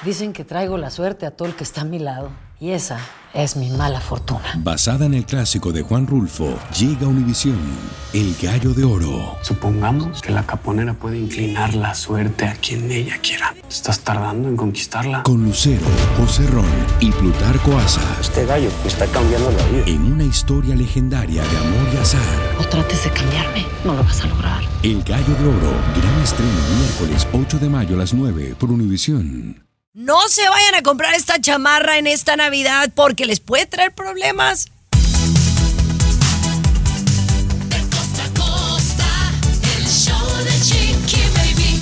Dicen que traigo la suerte a todo el que está a mi lado. Y esa es mi mala fortuna. Basada en el clásico de Juan Rulfo, llega a Univisión, El Gallo de Oro. Supongamos que la caponera puede inclinar la suerte a quien ella quiera. ¿Estás tardando en conquistarla? Con Lucero, José Ron y Plutarco Asa. Este gallo me está cambiando la vida. En una historia legendaria de amor y azar. No trates de cambiarme, no lo vas a lograr. El Gallo de Oro, gran estreno miércoles 8 de mayo a las 9 por Univisión. No se vayan a comprar esta chamarra en esta Navidad porque les puede traer problemas. De costa a costa, el show de Chiqui Baby.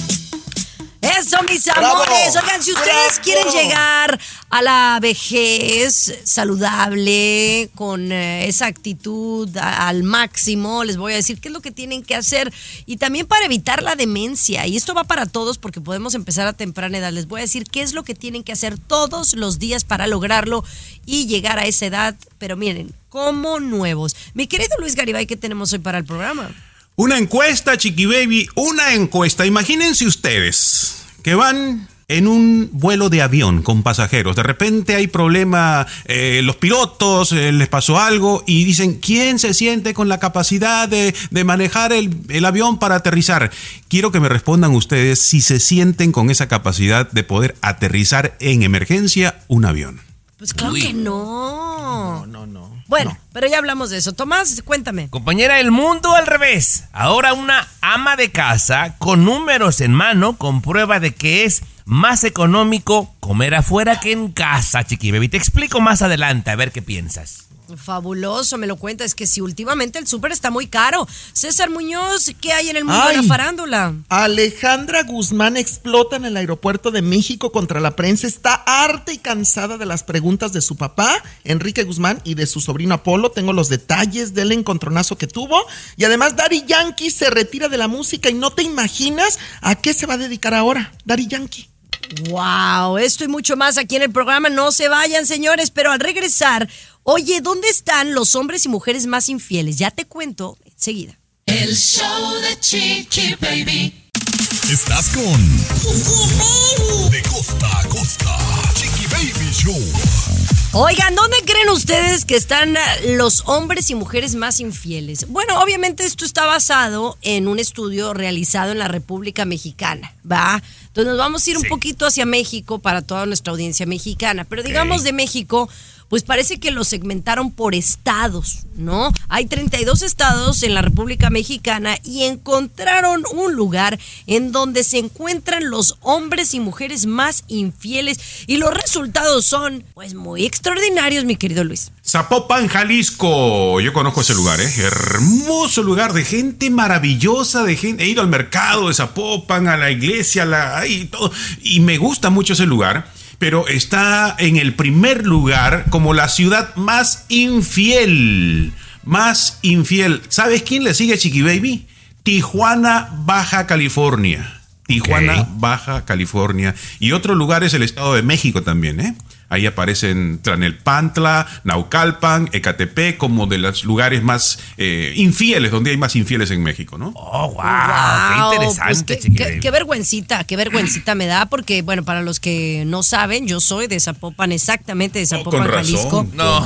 Eso, mis amores. Oigan, si ustedes quieren llegar a la vejez saludable, con esa actitud al máximo, les voy a decir qué es lo que tienen que hacer y también para evitar la demencia. Y esto va para todos porque podemos empezar a temprana edad. Les voy a decir qué es lo que tienen que hacer todos los días para lograrlo y llegar a esa edad. Pero miren, como nuevos. Mi querido Luis Garibay, ¿qué tenemos hoy para el programa? Una encuesta, Chiqui Baby, una encuesta. Imagínense ustedes que van en un vuelo de avión con pasajeros. De repente hay problema, los pilotos les pasó algo y dicen, ¿quién se siente con la capacidad de manejar el avión para aterrizar? Quiero que me respondan ustedes si se sienten con esa capacidad de poder aterrizar en emergencia un avión. Pues claro que no. No. Bueno, pero ya hablamos de eso. Tomás, cuéntame. Compañera, el mundo al revés. Ahora una ama de casa con números en mano comprueba de que es más económico comer afuera que en casa, Chiqui Baby. Te explico más adelante, a ver qué piensas. Fabuloso, me lo cuenta. Es que si últimamente el súper está muy caro. César Muñoz, ¿qué hay en el mundo de la farándula? Alejandra Guzmán explota en el aeropuerto de México contra la prensa. Está harta y cansada de las preguntas de su papá, Enrique Guzmán, y de su sobrino Apolo. Tengo los detalles del encontronazo que tuvo. Y además Daddy Yankee se retira de la música y no te imaginas a qué se va a dedicar ahora, Daddy Yankee. Wow, esto y mucho más aquí en el programa. No se vayan, señores, pero al regresar, oye, ¿dónde están los hombres y mujeres más infieles? Ya te cuento enseguida. El show de Chiqui Baby. Estás con Chiqui Baby. De costa a costa, Chiqui Baby Show. Oigan, ¿dónde creen ustedes que están los hombres y mujeres más infieles? Bueno, obviamente esto está basado en un estudio realizado en la República Mexicana, ¿va? Entonces nos vamos a ir un poquito hacia México para toda nuestra audiencia mexicana, pero digamos de México, pues parece que lo segmentaron por estados, ¿no? Hay 32 estados en la República Mexicana y encontraron un lugar en donde se encuentran los hombres y mujeres más infieles y los resultados son, pues, muy extraordinarios, mi querido Luis. Zapopan, Jalisco. Yo conozco ese lugar, hermoso lugar de gente maravillosa, de gente. He ido al mercado de Zapopan, a la iglesia, y todo, y me gusta mucho ese lugar. Pero está en el primer lugar como la ciudad más infiel. Más infiel. ¿Sabes quién le sigue, Chiqui Baby? Tijuana, Baja California. Tijuana, Baja California. Y otro lugar es el Estado de México también, Ahí aparecen Tlalnepantla, Naucalpan, Ecatepec, como de los lugares más infieles, donde hay más infieles en México, ¿no? Oh, wow, qué interesante, pues qué vergüencita me da, porque, bueno, para los que no saben, yo soy de Zapopan, exactamente de Zapopan, Jalisco.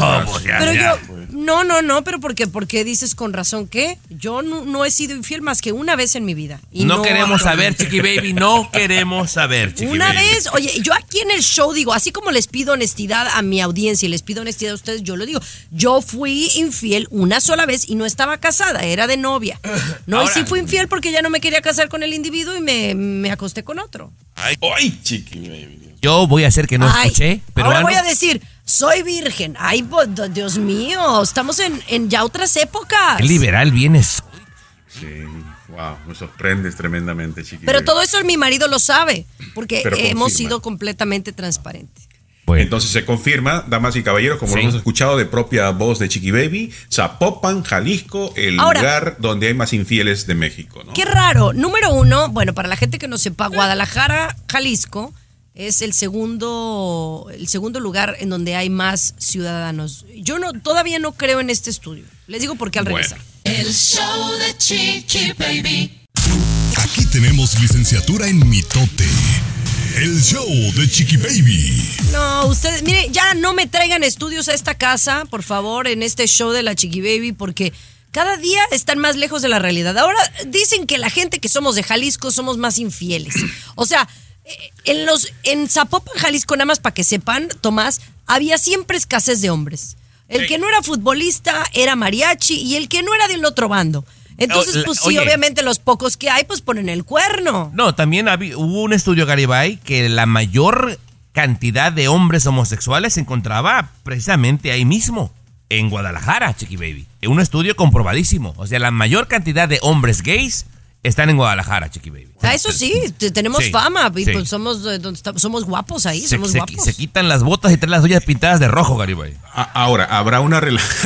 Pero ¿por qué dices con razón qué? Yo no he sido infiel más que una vez en mi vida. Y no queremos saber, Chiqui Baby, no queremos saber, Chiqui Baby. Una vez, oye, yo aquí en el show digo, así como les pido honestidad a mi audiencia y les pido honestidad a ustedes, yo lo digo, yo fui infiel una sola vez y no estaba casada, era de novia. No, ahora, y sí fui infiel porque ya no me quería casar con el individuo y me acosté con otro. Ay, Chiqui Baby. Yo voy a hacer que no escuché, pero ahora voy a decir, soy virgen. Ay, Dios mío, estamos en ya otras épocas. Qué liberal vienes. Sí. Wow, me sorprendes tremendamente, Chiqui. Pero todo eso mi marido lo sabe, porque hemos sido completamente transparentes. Bueno. Entonces se confirma, damas y caballeros, como lo hemos escuchado de propia voz de Chiqui Baby, Zapopan, Jalisco, el lugar donde hay más infieles de México, ¿no? Qué raro. Número uno, bueno, para la gente que no sepa, Guadalajara, Jalisco, es el segundo lugar en donde hay más ciudadanos. Yo todavía no creo en este estudio. Les digo por qué al regresar. El show de Chiqui Baby. Aquí tenemos licenciatura en mitote. El show de Chiqui Baby. No, ustedes, mire, ya no me traigan estudios a esta casa, por favor, en este show de la Chiqui Baby, porque cada día están más lejos de la realidad. Ahora dicen que la gente que somos de Jalisco somos más infieles. O sea, en Zapopan, Jalisco, nada más para que sepan, Tomás, había siempre escasez de hombres. El que no era futbolista era mariachi y el que no era del otro bando. Entonces, pues sí, Oye. obviamente los pocos que hay, pues ponen el cuerno. No, también hubo un estudio, Garibay, que la mayor cantidad de hombres homosexuales se encontraba precisamente ahí mismo, en Guadalajara, Chiqui Baby. Un estudio comprobadísimo. O sea, la mayor cantidad de hombres gays están en Guadalajara, Chiqui Baby. Eso sí, tenemos Sí, fama y sí. pues somos guapos ahí, somos guapos. Se quitan las botas y traen las uñas pintadas de rojo, Garibay. Ahora, habrá una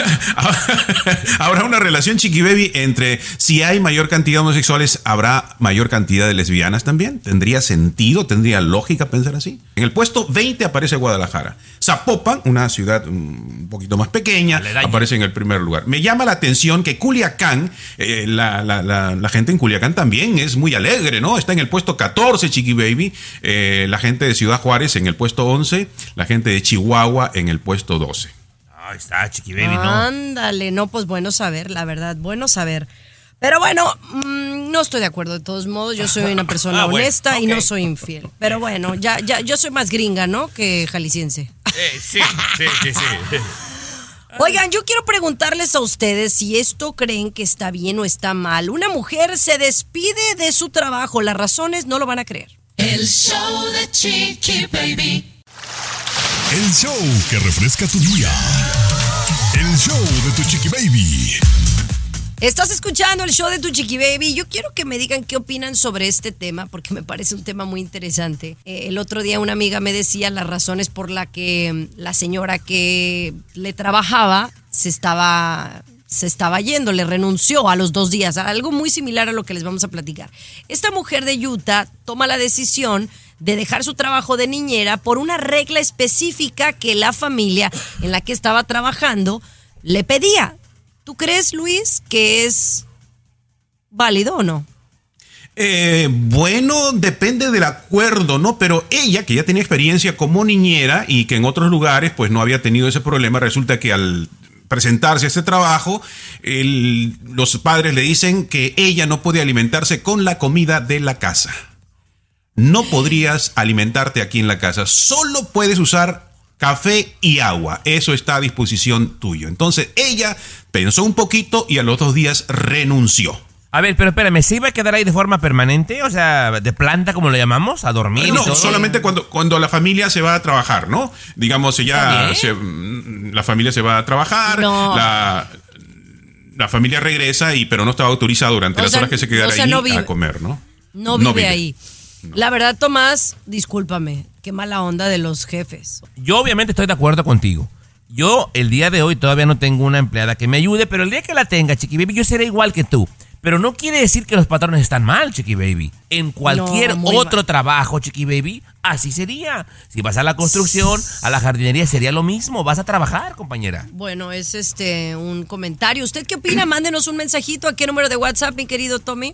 relación, Chiqui Baby, entre si hay mayor cantidad de homosexuales, habrá mayor cantidad de lesbianas también. ¿Tendría sentido, tendría lógica pensar así? En el puesto 20 aparece Guadalajara. Zapopan, una ciudad un poquito más pequeña, Aledaña. aparece en el primer lugar. Me llama la atención que Culiacán, la gente en Culiacán también es muy alegre, ¿no? Está en el puesto 14, Chiqui Baby. La gente de Ciudad Juárez en el puesto 11, la gente de Chihuahua en el puesto 12. Ahí está, Chiqui Baby, ¿no? Ándale, no, pues bueno saber, la verdad, bueno saber. Pero bueno, no estoy de acuerdo de todos modos, yo soy una persona Bueno, honesta y ok. no soy infiel. Pero bueno, ya yo soy más gringa, ¿no? Que jalisciense. Sí. Oigan, yo quiero preguntarles a ustedes si esto creen que está bien o está mal. Una mujer se despide de su trabajo, las razones no lo van a creer. El show de Chiqui Baby. El show que refresca tu día. El show de tu Chiqui Baby. Estás escuchando el show de tu Chiqui Baby. Yo quiero que me digan qué opinan sobre este tema, porque me parece un tema muy interesante. El otro día una amiga me decía las razones por la que la señora que le trabajaba se estaba yendo, le renunció a los 2 días. Algo muy similar a lo que les vamos a platicar. Esta mujer de Utah toma la decisión de dejar su trabajo de niñera por una regla específica que la familia en la que estaba trabajando le pedía. ¿Tú crees, Luis, que es válido o no? Bueno, depende del acuerdo, ¿no? Pero ella, que ya tenía experiencia como niñera y que en otros lugares pues no había tenido ese problema, resulta que al presentarse a este trabajo, los padres le dicen que ella no puede alimentarse con la comida de la casa. No podrías alimentarte aquí en la casa, solo puedes usar café y agua, eso está a disposición tuyo. Entonces ella pensó un poquito y a los 2 días renunció. A ver, pero espérame, ¿se iba a quedar ahí de forma permanente? O sea, de planta, como lo llamamos, a dormir y No, todo. solamente cuando la familia se va a trabajar, ¿no? Digamos, Está la familia se va a trabajar, No. la familia regresa, pero no estaba autorizado durante O las sea, horas que se quedara o sea, ahí no vive. a comer, ¿no? No vive ahí. La verdad, Tomás, discúlpame, qué mala onda de los jefes. Yo obviamente estoy de acuerdo contigo. Yo el día de hoy todavía no tengo una empleada que me ayude, pero el día que la tenga, Chiqui Baby, yo seré igual que tú. Pero no quiere decir que los patrones están mal, Chiqui Baby. En cualquier No, muy otro mal. trabajo, Chiqui Baby, así sería. Si vas a la construcción, a la jardinería, sería lo mismo. Vas a trabajar, compañera. Bueno, es un comentario. ¿Usted qué opina? Mándenos un mensajito. ¿A qué número de WhatsApp, mi querido Tommy?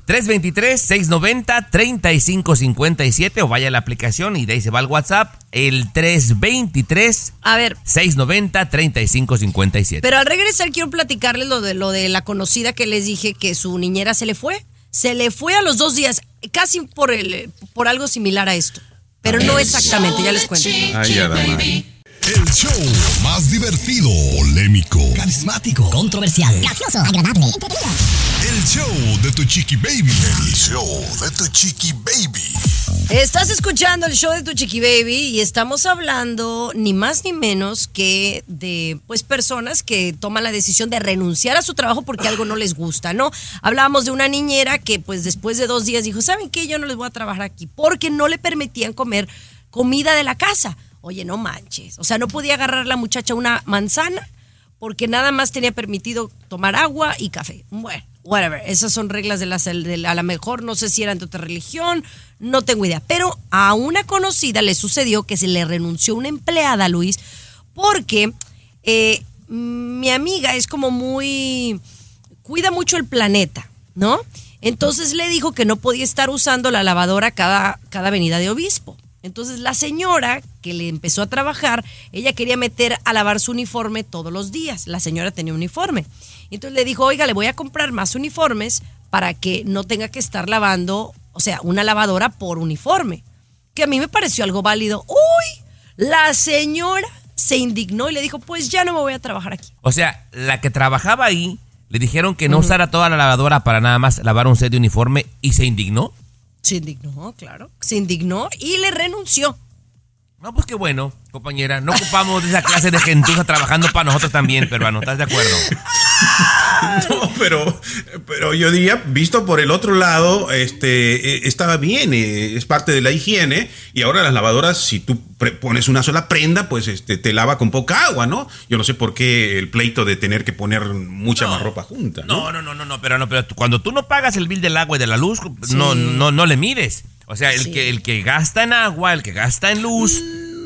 323-690-3557 o vaya a la aplicación y de ahí se va al WhatsApp. El 323 A ver, 690-3557. pero al regresar quiero platicarles lo de la conocida que les dije que su niñera se le fue. Se le fue a los 2 días, casi por algo similar a esto. Pero no exactamente, ya les cuento. Ay, Adama. El show más divertido, polémico, Carismático, controversial, gracioso, agradable, entretenido. el show de tu Chiqui Baby. El show de tu Chiqui Baby. Estás escuchando el show de tu Chiqui Baby y estamos hablando ni más ni menos que de pues personas que toman la decisión de renunciar a su trabajo porque algo no les gusta, ¿no? Hablábamos de una niñera que pues después de 2 días dijo, ¿saben qué? Yo no les voy a trabajar aquí porque no le permitían comer comida de la casa. Oye, no manches. O sea, no podía agarrar la muchacha una manzana porque nada más tenía permitido tomar agua y café. Bueno, whatever. Esas son reglas a lo mejor, no sé si eran de otra religión, no tengo idea. Pero a una conocida le sucedió que se le renunció una empleada, Luis, porque mi amiga es como cuida mucho el planeta, ¿no? Entonces le dijo que no podía estar usando la lavadora cada venida de obispo. Entonces la señora que le empezó a trabajar, ella quería meter a lavar su uniforme todos los días. La señora tenía uniforme. Entonces le dijo, oiga, le voy a comprar más uniformes para que no tenga que estar lavando, o sea, una lavadora por uniforme. Que a mí me pareció algo válido. ¡Uy! La señora se indignó y le dijo, pues ya no me voy a trabajar aquí. O sea, la que trabajaba ahí, le dijeron que no usara toda la lavadora para nada más lavar un set de uniforme y se indignó. Se indignó, claro. Se indignó y le renunció. No, pues qué bueno, compañera. No ocupamos de esa clase de gentuza trabajando para nosotros también, peruano. ¿Estás de acuerdo? No, pero yo diría, visto por el otro lado, estaba bien, es parte de la higiene, y ahora las lavadoras, si tú pones una sola prenda, pues te lava con poca agua, ¿no? Yo no sé por qué el pleito de tener que poner mucha más ropa junta, ¿no? No, pero cuando tú no pagas el bill del agua y de la luz, no le mides. O sea, el que gasta en agua, el que gasta en luz.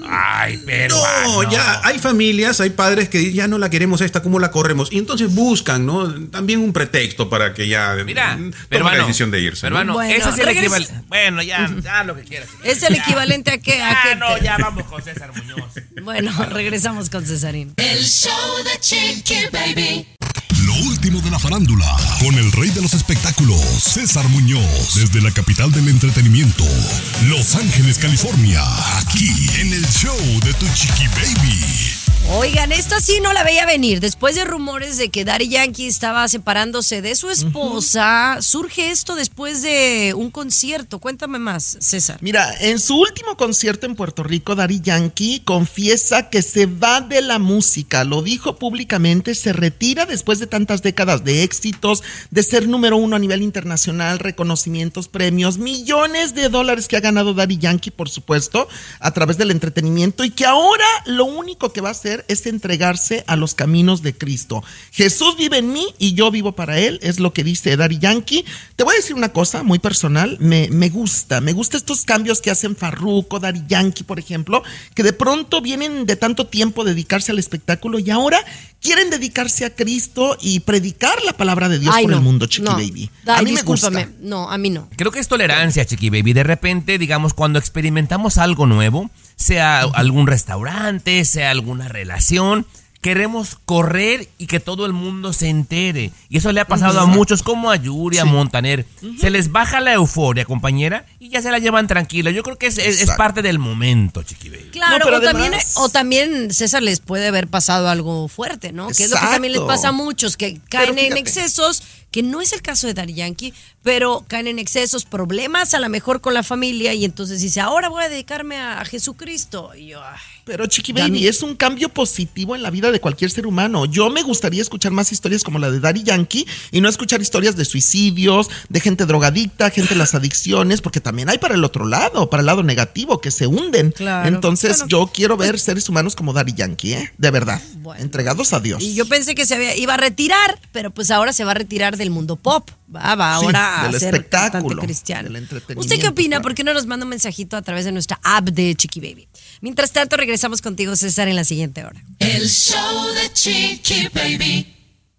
Ay, pero. No, ya hay familias, hay padres que ya no la queremos esta, ¿cómo la corremos? Y entonces buscan, ¿no? También un pretexto para que ya tomen la decisión de irse. Hermano, Bueno, ese es el equivalente. Bueno, ya lo que quieras. ¿Es el equivalente a qué? Ya vamos con César Muñoz. Bueno, regresamos con Cesarín. El show de Chiqui Baby. Lo último de la farándula, con el rey de los espectáculos, César Muñoz, desde la capital del entretenimiento, Los Ángeles, California, aquí en el show de Tu Chiqui Baby. Oigan, esta sí no la veía venir. Después de rumores de que Daddy Yankee estaba separándose de su esposa, surge esto después de un concierto. Cuéntame más, César. Mira, en su último concierto en Puerto Rico, Daddy Yankee confiesa que se va de la música. Lo dijo públicamente, se retira después de tantas décadas de éxitos, de ser número 1 a nivel internacional, reconocimientos, premios, millones de dólares que ha ganado Daddy Yankee, por supuesto, a través del entretenimiento, y que ahora lo único que va a hacer es entregarse a los caminos de Cristo. Jesús vive en mí y yo vivo para él, es lo que dice Daddy Yankee. Te voy a decir una cosa muy personal, me gusta estos cambios que hacen Farruko, Daddy Yankee, por ejemplo, que de pronto vienen de tanto tiempo dedicarse al espectáculo y ahora quieren dedicarse a Cristo y predicar la palabra de Dios por el mundo, Chiqui Baby. A mí me gusta. No, a mí no. Creo que es tolerancia, Chiqui Baby. De repente, digamos, cuando experimentamos algo nuevo, sea algún restaurante, sea alguna relación, queremos correr y que todo el mundo se entere. Y eso le ha pasado a muchos, como a Yuri, a Montaner. Se les baja la euforia, compañera, y ya se la llevan tranquila. Yo creo que es parte del momento, Chiqui Baby. Claro, pero o también, César, les puede haber pasado algo fuerte, ¿no? Que es lo que también les pasa a muchos, que caen en excesos, que no es el caso de Daddy Yankee, pero caen en excesos, problemas a lo mejor con la familia, y entonces dice, ahora voy a dedicarme a Jesucristo. Y yo, pero Chiqui Baby, es un cambio positivo en la vida de cualquier ser humano. Yo me gustaría escuchar más historias como la de Daddy Yankee y no escuchar historias de suicidios, de gente drogadicta, gente de las adicciones, porque también hay para el otro lado, para el lado negativo, que se hunden. Claro. Entonces yo quiero ver seres humanos como Daddy Yankee, de verdad, entregados a Dios. Y yo pensé que iba a retirar, pero pues ahora se va a retirar del mundo pop. Va ahora del a ser espectáculo, cantante cristiano. del entretenimiento. ¿Usted qué opina? Claro. ¿Por qué no nos manda un mensajito a través de nuestra app de Chiqui Baby? Mientras tanto, regresamos contigo, César, en la siguiente hora. El show de Chiqui Baby.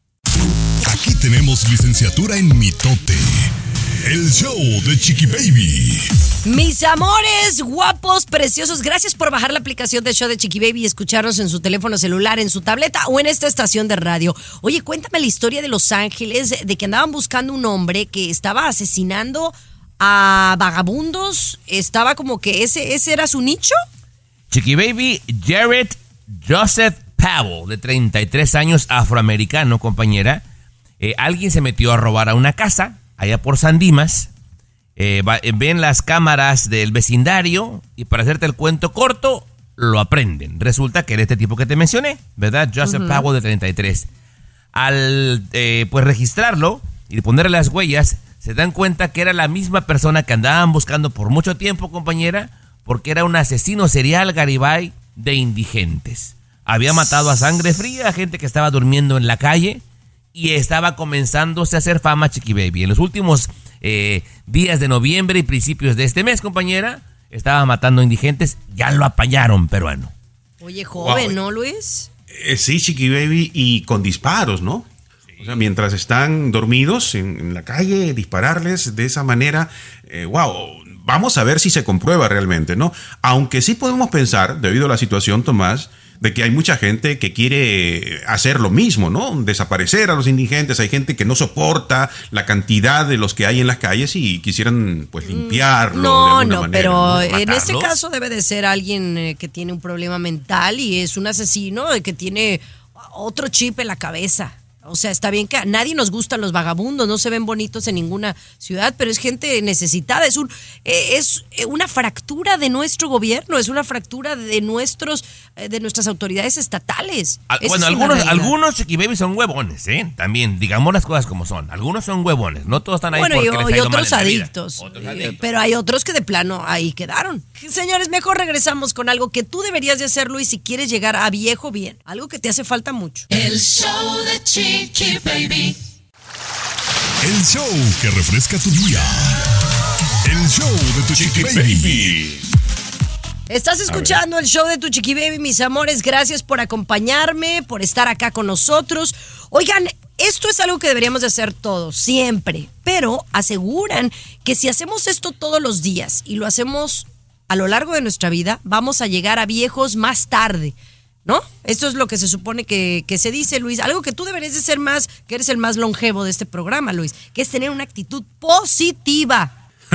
Aquí tenemos licenciatura en mitote. El show de Chiqui Baby. Mis amores, guapos, preciosos, gracias por bajar la aplicación de Show de Chiqui Baby y escucharnos en su teléfono celular, en su tableta o en esta estación de radio. Oye, cuéntame la historia de Los Ángeles, de que andaban buscando un hombre que estaba asesinando a vagabundos. Estaba como que ese era su nicho. Chiqui Baby, Jared Joseph Powell, de 33 años, afroamericano, compañera. Alguien se metió a robar a una casa allá por San Dimas. Ven las cámaras del vecindario y, para hacerte el cuento corto, lo aprenden. Resulta que era este tipo que te mencioné, ¿verdad? Joseph Powell, de 33. Al pues registrarlo y ponerle las huellas, se dan cuenta que era la misma persona que andaban buscando por mucho tiempo, compañera, porque era un asesino serial, Garibay, de indigentes. Había matado a sangre fría a gente que estaba durmiendo en la calle y estaba comenzándose a hacer fama, Chiqui Baby. En los últimos días de noviembre y principios de este mes, compañera, estaba matando indigentes. Ya lo apañaron, peruano. Oye, joven, ¿no, Luis? Sí, Chiqui Baby, y con disparos, ¿no? Sí. O sea, mientras están dormidos en la calle, dispararles de esa manera, vamos a ver si se comprueba realmente, ¿no? Aunque sí podemos pensar, debido a la situación, Tomás, de que hay mucha gente que quiere hacer lo mismo, ¿no? Desaparecer a los indigentes. Hay gente que no soporta la cantidad de los que hay en las calles y quisieran, pues, limpiarlo de alguna manera. Pero ¿no? en este Matarlos. caso debe de ser alguien que tiene un problema mental y es un asesino que tiene otro chip en la cabeza. O sea, está bien que a nadie nos gustan los vagabundos, no se ven bonitos en ninguna ciudad, pero es gente necesitada, es una fractura de nuestro gobierno, es una fractura de nuestras autoridades estatales. Bueno, algunos Chiqui Baby son huevones, ¿eh? También, digamos las cosas como son. Algunos son huevones, no todos están ahí bueno, porque les ha y ido mal otros en la vida. adictos. Otros adictos. Pero hay otros que de plano ahí quedaron. Señores, mejor regresamos con algo que tú deberías de hacer, Luis, si quieres llegar a viejo bien. Algo que te hace falta mucho. El show de Chiqui Baby. El show que refresca tu día. El show de tu Chiqui Baby. Estás escuchando el show de tu Chiqui Baby, mis amores. Gracias por acompañarme, por estar acá con nosotros. Oigan, esto es algo que deberíamos de hacer todos, siempre. Pero aseguran que si hacemos esto todos los días y lo hacemos a lo largo de nuestra vida, vamos a llegar a viejos más tarde, ¿no? Esto es lo que se supone que se dice, Luis. Algo que tú deberías de ser más, que eres el más longevo de este programa, Luis, que es tener una actitud positiva.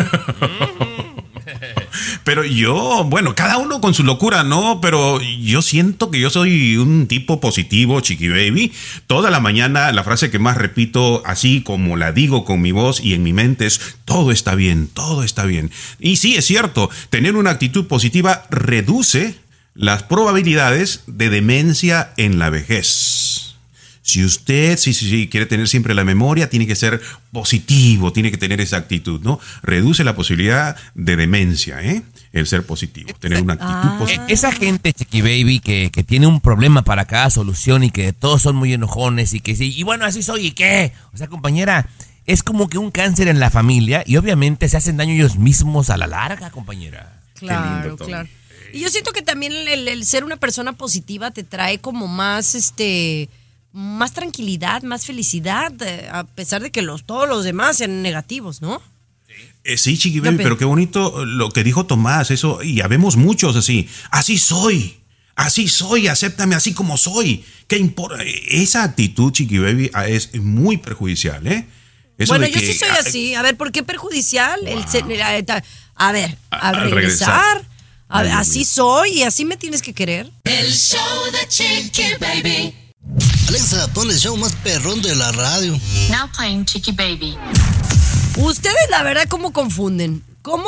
Pero yo, bueno, cada uno con su locura, ¿no? Pero yo siento que yo soy un tipo positivo, Chiqui Baby. Toda la mañana la frase que más repito, así como la digo con mi voz y en mi mente, es todo está bien, todo está bien. Y sí, es cierto, tener una actitud positiva reduce las probabilidades de demencia en la vejez. Si usted sí, quiere tener siempre la memoria, tiene que ser positivo, tiene que tener esa actitud, ¿no? Reduce la posibilidad de demencia, el ser positivo, tener una actitud positiva. Esa gente, Chiqui Baby, que tiene un problema para cada solución y que todos son muy enojones y que sí, y bueno, así soy, ¿y qué? O sea, compañera, es como que un cáncer en la familia y obviamente se hacen daño ellos mismos a la larga, compañera. Claro, claro. Y yo siento que también el ser una persona positiva te trae como más, más tranquilidad, más felicidad, a pesar de que todos los demás sean negativos, ¿no? Sí, Chiqui Baby, pero qué bonito lo que dijo Tomás, eso, y habemos muchos así soy, acéptame así como soy. ¿Qué importa? Esa actitud, Chiqui Baby, es muy perjudicial, Eso bueno, de yo que, sí soy así. A ver, ¿por qué perjudicial? Wow. A ver, al regresar, así soy y así me tienes que querer. El show de Chiqui Baby. Alexa, pon el show más perrón de la radio. Now playing Chiqui Baby. Ustedes, la verdad, ¿cómo confunden?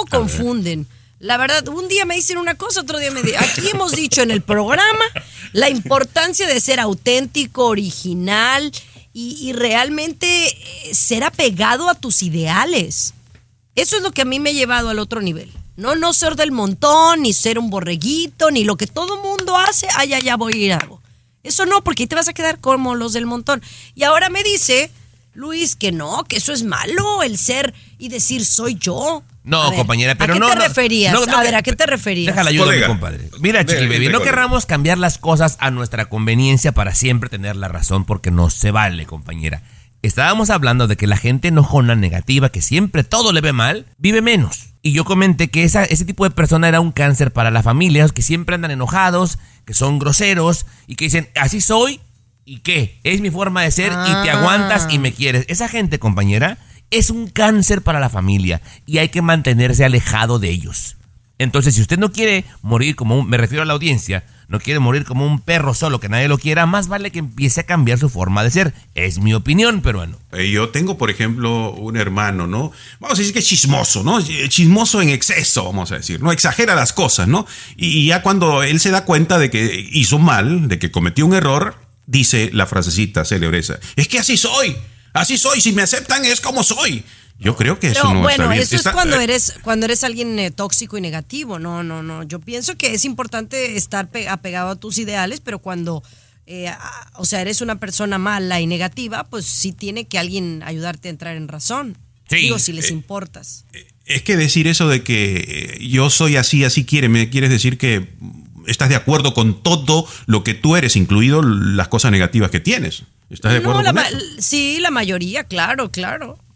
La verdad, un día me dicen una cosa, otro día me dicen... Aquí hemos dicho en el programa la importancia de ser auténtico, original y realmente ser apegado a tus ideales. Eso es lo que a mí me ha llevado al otro nivel. No ser del montón, ni ser un borreguito, ni lo que todo mundo hace. Ya voy a ir a algo. Eso no, porque ahí te vas a quedar como los del montón. Y ahora me dice Luis que no, que eso es malo, el ser y decir soy yo. No, compañera, pero ¿a no. qué te referías? ¿A qué te referías? Déjala ayuda, mi compadre. Mira, Chiqui Baby, no querramos cambiar las cosas a nuestra conveniencia para siempre tener la razón, porque no se vale, compañera. Estábamos hablando de que la gente enojona, negativa, que siempre todo le ve mal, vive menos. Y yo comenté que ese tipo de persona era un cáncer para las familias, que siempre andan enojados, que son groseros y que dicen, así soy, ¿y qué? Es mi forma de ser y te aguantas y me quieres. Esa gente, compañera, es un cáncer para la familia y hay que mantenerse alejado de ellos. Entonces, si usted no quiere morir me refiero a la audiencia, no quiere morir como un perro solo que nadie lo quiera, más vale que empiece a cambiar su forma de ser. Es mi opinión, peruano. Yo tengo, por ejemplo, un hermano, ¿no? Vamos a decir que es chismoso, ¿no? Chismoso en exceso, vamos a decir, ¿no? Exagera las cosas, ¿no? Y ya cuando él se da cuenta de que hizo mal, de que cometió un error, dice la frasecita célebre esa. Es que así soy, si me aceptan es como soy. Yo creo que eso no está bien. Bueno, eso es cuando eres alguien tóxico y negativo. No. Yo pienso que es importante estar apegado a tus ideales, pero cuando, eres una persona mala y negativa, pues sí tiene que alguien ayudarte a entrar en razón. Sí, digo, si les importas. Es que decir eso de que yo soy así me quieres decir que estás de acuerdo con todo lo que tú eres, incluido las cosas negativas que tienes. ¿Estás de acuerdo con eso? Sí, la mayoría, claro.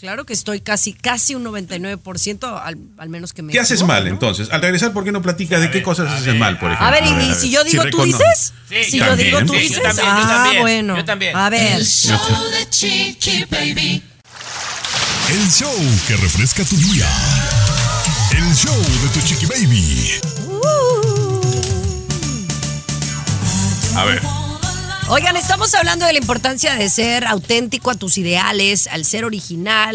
claro que estoy casi un 99%, al menos que me... ¿Qué haces equivoque, mal ¿no? entonces? Al regresar, ¿por qué no platicas de qué cosas haces mal, por ejemplo? A ver, y si yo digo, ¿tú dices? Si yo digo, ¿tú dices? Yo también, bueno. yo también. A ver. El show de Chiqui Baby. El show que refresca tu día. El show de tu Chiqui Baby. A ver. Oigan, estamos hablando de la importancia de ser auténtico a tus ideales, al ser original,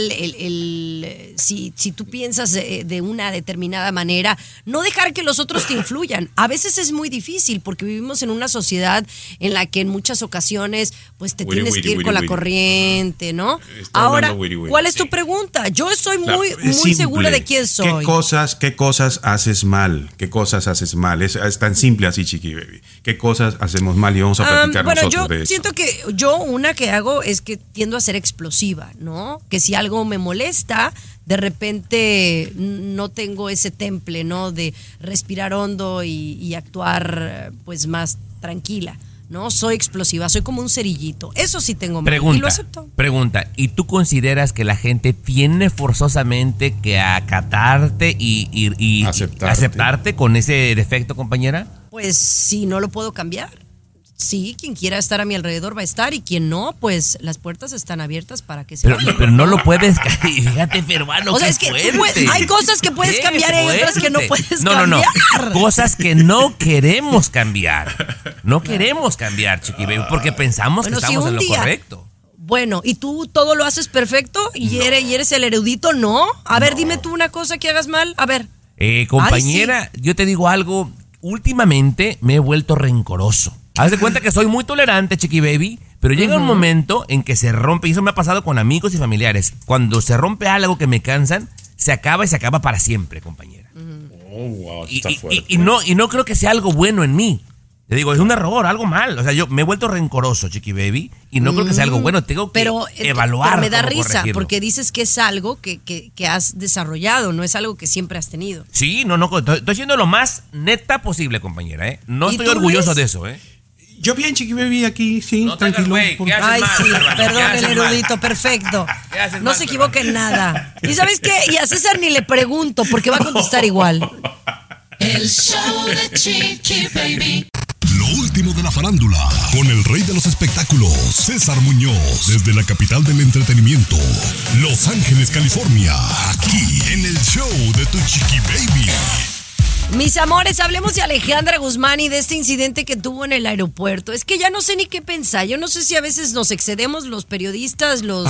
si tú piensas de una determinada manera, no dejar que los otros te influyan. A veces es muy difícil porque vivimos en una sociedad en la que en muchas ocasiones pues te tienes que ir con la corriente, ¿no? Ahora, ¿cuál es tu pregunta? Yo estoy muy segura de quién soy. ¿Qué cosas haces mal? ¿Qué cosas haces mal? Es tan simple así, Chiqui Baby. ¿Qué cosas hacemos mal? Y vamos a platicar bueno, nosotros yo de eso. siento que una que hago es que tiendo a ser explosiva, ¿no? Que si algo me molesta, de repente no tengo ese temple, ¿no? De respirar hondo y actuar pues más tranquila, ¿no? Soy explosiva, soy como un cerillito. Eso sí tengo mal y lo acepto. Pregunta, ¿y tú consideras que la gente tiene forzosamente que acatarte y aceptarte con ese defecto, compañera? Pues sí, no lo puedo cambiar. Sí, quien quiera estar a mi alrededor va a estar y quien no, pues las puertas están abiertas para que se vaya. Pero no lo puedes cambiar. Fíjate, hermano, o sea, es que hay cosas que puedes cambiar y hay otras que no puedes cambiar. No. Cosas que no queremos cambiar. No queremos cambiar, Chiqui Baby, porque pensamos que estamos en lo correcto. Bueno, ¿y tú todo lo haces perfecto? ¿Y eres el erudito? No. A ver, dime tú una cosa que hagas mal. A ver. Compañera, yo te digo algo. Últimamente me he vuelto rencoroso. Haz de cuenta que soy muy tolerante, Chiqui Baby, pero llega un momento en que se rompe, y eso me ha pasado con amigos y familiares. Cuando se rompe algo que me cansan, se acaba y se acaba para siempre, compañera. Oh, wow, está fuerte. Y no creo que sea algo bueno en mí. Te digo, es un error, algo mal. O sea, yo me he vuelto rencoroso, Chiqui Baby, y no creo que sea algo bueno. Tengo que evaluar. Pero me da risa, corregirlo. porque dices que es algo que has desarrollado, no es algo que siempre has tenido. Sí, no, estoy siendo lo más neta posible, compañera, ¿eh? No estoy orgulloso de eso, ¿eh? Yo bien, Chiqui Baby, aquí, sí, no tranquilo. Ay, sí, perdón, el erudito, perfecto. No se equivoque en nada. ¿Y sabes qué? Y a César ni le pregunto, porque va a contestar igual. El show de Chiqui Baby. Lo último de la farándula, con el rey de los espectáculos, César Muñoz, desde la capital del entretenimiento, Los Ángeles, California, aquí en el show de tu Chiqui Baby. Mis amores, hablemos de Alejandra Guzmán y de este incidente que tuvo en el aeropuerto. Es que ya no sé ni qué pensar. Yo no sé si a veces nos excedemos los periodistas, los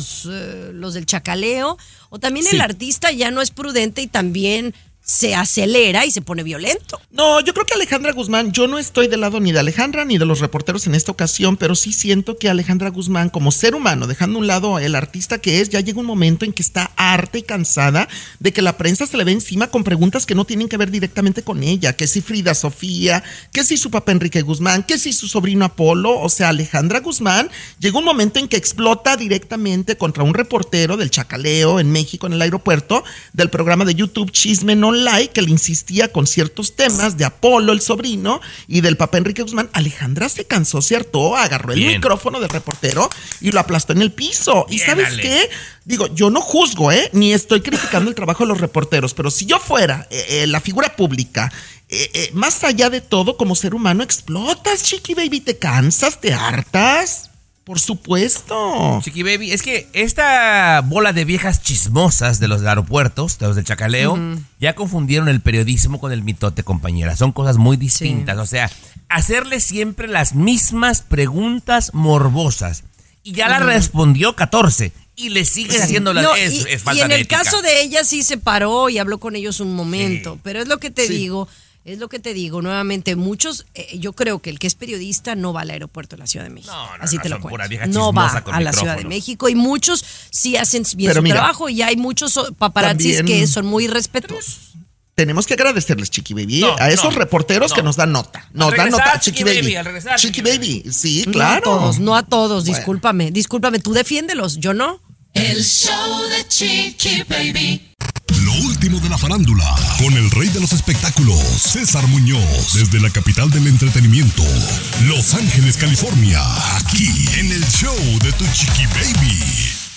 del chacaleo, o también el artista ya no es prudente y también se acelera y se pone violento. No, yo creo que Alejandra Guzmán, yo no estoy del lado ni de Alejandra ni de los reporteros en esta ocasión, pero sí siento que Alejandra Guzmán, como ser humano, dejando a un lado el artista que es, ya llega un momento en que está harta y cansada de que la prensa se le ve encima con preguntas que no tienen que ver directamente con ella, que si Frida Sofía, que si su papá Enrique Guzmán, que si su sobrino Apolo. O sea, Alejandra Guzmán llega un momento en que explota directamente contra un reportero del chacaleo en México, en el aeropuerto, del programa de YouTube Chisme No Like, que le insistía con ciertos temas de Apolo, el sobrino, y del papá Enrique Guzmán. Alejandra se cansó, se hartó, agarró el micrófono del reportero y lo aplastó en el piso. ¿Y sabes qué? Digo, yo no juzgo, ni estoy criticando el trabajo de los reporteros, pero si yo fuera la figura pública, más allá de todo, como ser humano, explotas, Chiqui Baby, te cansas, te hartas. Por supuesto. Chiqui Baby, es que esta bola de viejas chismosas de los aeropuertos, de los del chacaleo, ya confundieron el periodismo con el mitote, compañera. Son cosas muy distintas. O sea, hacerle siempre las mismas preguntas morbosas. Y ya la respondió 14. Y le sigues haciendo es falta de ética. Y en el caso de ella sí se paró y habló con ellos un momento. Pero es lo que te digo. Es lo que te digo, nuevamente, muchos, yo creo que el que es periodista no va al aeropuerto de la Ciudad de México. Así te lo cuento. No va a la Ciudad de México y muchos sí hacen bien su trabajo y hay muchos paparazzis que son muy respetuosos. Tenemos que agradecerles, Chiqui Baby, a esos reporteros que nos dan nota. Nos dan nota, Chiqui Baby. Chiqui Baby, sí, claro. No a todos, discúlpame, tú defiéndelos, yo no. El show de Chiqui Baby. Lo último de la farándula, con el rey de los espectáculos, César Muñoz, desde la capital del entretenimiento, Los Ángeles, California, aquí en el show de tu Chiqui Baby.